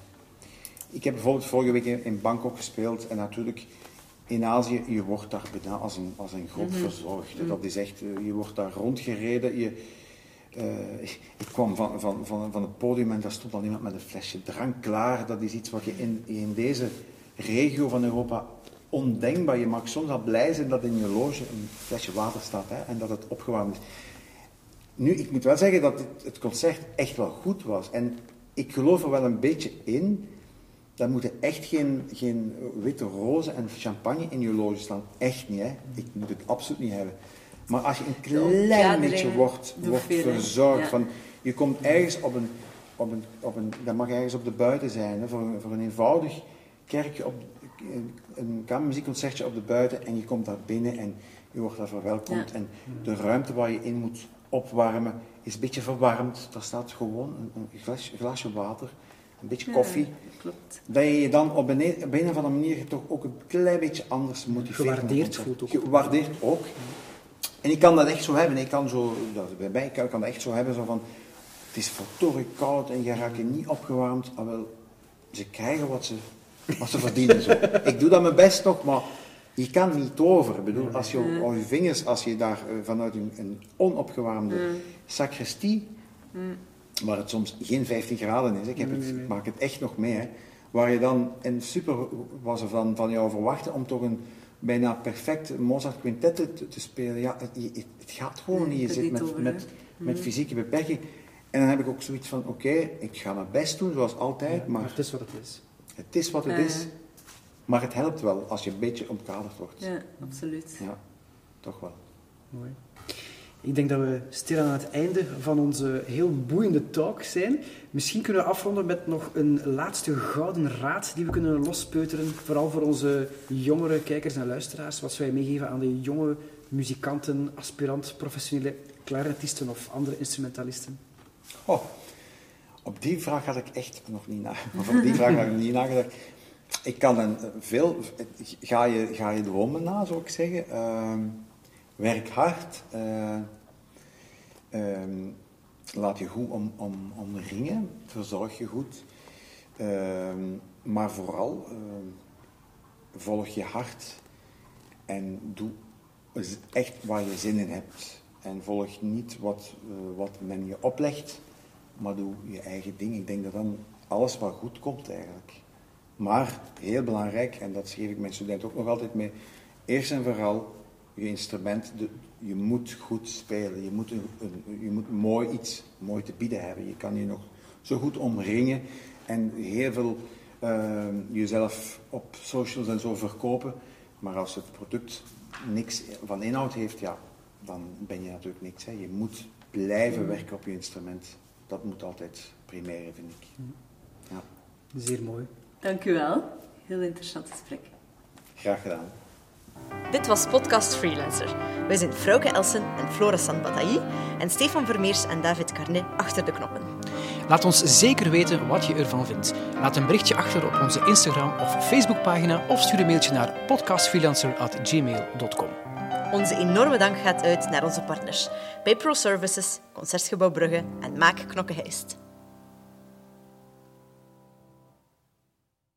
ik heb bijvoorbeeld vorige week in Bangkok gespeeld. En natuurlijk, in Azië, je wordt daar bijna als een, als een god mm-hmm. verzorgd. Mm-hmm. Dat is echt... Je wordt daar rondgereden. Je, uh, ik kwam van, van, van, van het podium en daar stond al iemand met een flesje drank klaar. Dat is iets wat je in, in deze regio van Europa ondenkbaar... Je mag soms al blij zijn dat in je loge een flesje water staat, hè, en dat het opgewarmd is. Nu, ik moet wel zeggen dat het, het concert echt wel goed was. En ik geloof er wel een beetje in. Daar moeten echt geen, geen witte rozen en champagne in je loge staan. Echt niet, hè. Ik moet het absoluut niet hebben. Maar als je een klein beetje wordt, wordt verzorgd. Ja. Van, je komt ergens op een, op een, op een... Dat mag ergens op de buiten zijn. Hè, voor, voor een eenvoudig kerkje, op, een, een kamermuziekconcertje op de buiten. En je komt daar binnen en je wordt daar verwelkomd. Ja. En de ruimte waar je in moet opwarmen is een beetje verwarmd. Daar staat gewoon een, een, glas, een glaasje water, een beetje koffie. Ja, klopt. Dat je je dan op een, op een of andere manier toch ook een klein beetje anders motiveert. Gewaardeerd voelt ook. Gewaardeerd ook. En ik kan dat echt zo hebben. Ik kan, zo, dat bij mij, ik kan, ik kan dat echt zo hebben. Zo van, het is verdorie koud en je raakt je niet opgewarmd. Ah, wel, ze krijgen wat ze, wat ze verdienen. Zo. Ik doe dat mijn best nog, maar... Je kan niet over. Ik bedoel, als je op je vingers, als je daar uh, vanuit een, een onopgewarmde mm. sacristie, mm. waar het soms geen vijftien graden is, ik, heb het, ik maak het echt nog mee, hè, waar je dan, en super was er van, van jou verwachten om toch een bijna perfect Mozart quintet te, te spelen. Ja, het, het, het gaat gewoon niet. Je zit met, over, met, mm. met fysieke beperking. En dan heb ik ook zoiets van, oké, okay, ik ga mijn best doen, zoals altijd, ja, maar... maar het is wat het is. Het is wat het Uh. is, maar het helpt wel als je een beetje omkaderd wordt. Ja, absoluut. Ja, toch wel. Mooi. Ik denk dat we stilaan aan het einde van onze heel boeiende talk zijn. Misschien kunnen we afronden met nog een laatste gouden raad die we kunnen lospeuteren. Vooral voor onze jongere kijkers en luisteraars. Wat zou je meegeven aan de jonge muzikanten, aspirant, professionele klarinetisten of andere instrumentalisten? Oh, op die vraag had ik echt nog niet na. Of op die vraag had ik nog niet nagedacht. Ik kan een veel... Ga je, ga je dromen na, zou ik zeggen. Uh, werk hard. Uh, uh, laat je goed om, om, omringen. Verzorg je goed. Uh, maar vooral uh, volg je hart. En doe echt waar je zin in hebt. En volg niet wat, uh, wat men je oplegt, maar doe je eigen ding. Ik denk dat dan alles wel goed komt eigenlijk. Maar, heel belangrijk, en dat geef ik mijn studenten ook nog altijd mee, eerst en vooral je instrument, de, je moet goed spelen. Je moet, een, een, je moet mooi iets mooi te bieden hebben. Je kan je nog zo goed omringen en heel veel uh, jezelf op socials en zo verkopen. Maar als het product niks van inhoud heeft, ja, dan ben je natuurlijk niks. Hè. Je moet blijven werken op je instrument. Dat moet altijd primair, vind ik. Ja. Zeer mooi. Dank u wel. Heel interessant gesprek. Graag gedaan. Dit was Podcast Freelancer. Wij zijn Frauke Elsen en Flora Sanbatailly en Stefan Vermeers en David Carnet achter de knoppen. Laat ons zeker weten wat je ervan vindt. Laat een berichtje achter op onze Instagram of Facebookpagina of stuur een mailtje naar podcastfreelancer at gmail dot com. Onze enorme dank gaat uit naar onze partners bij ProServices, Concertgebouw Brugge en Maak Knokke Heist.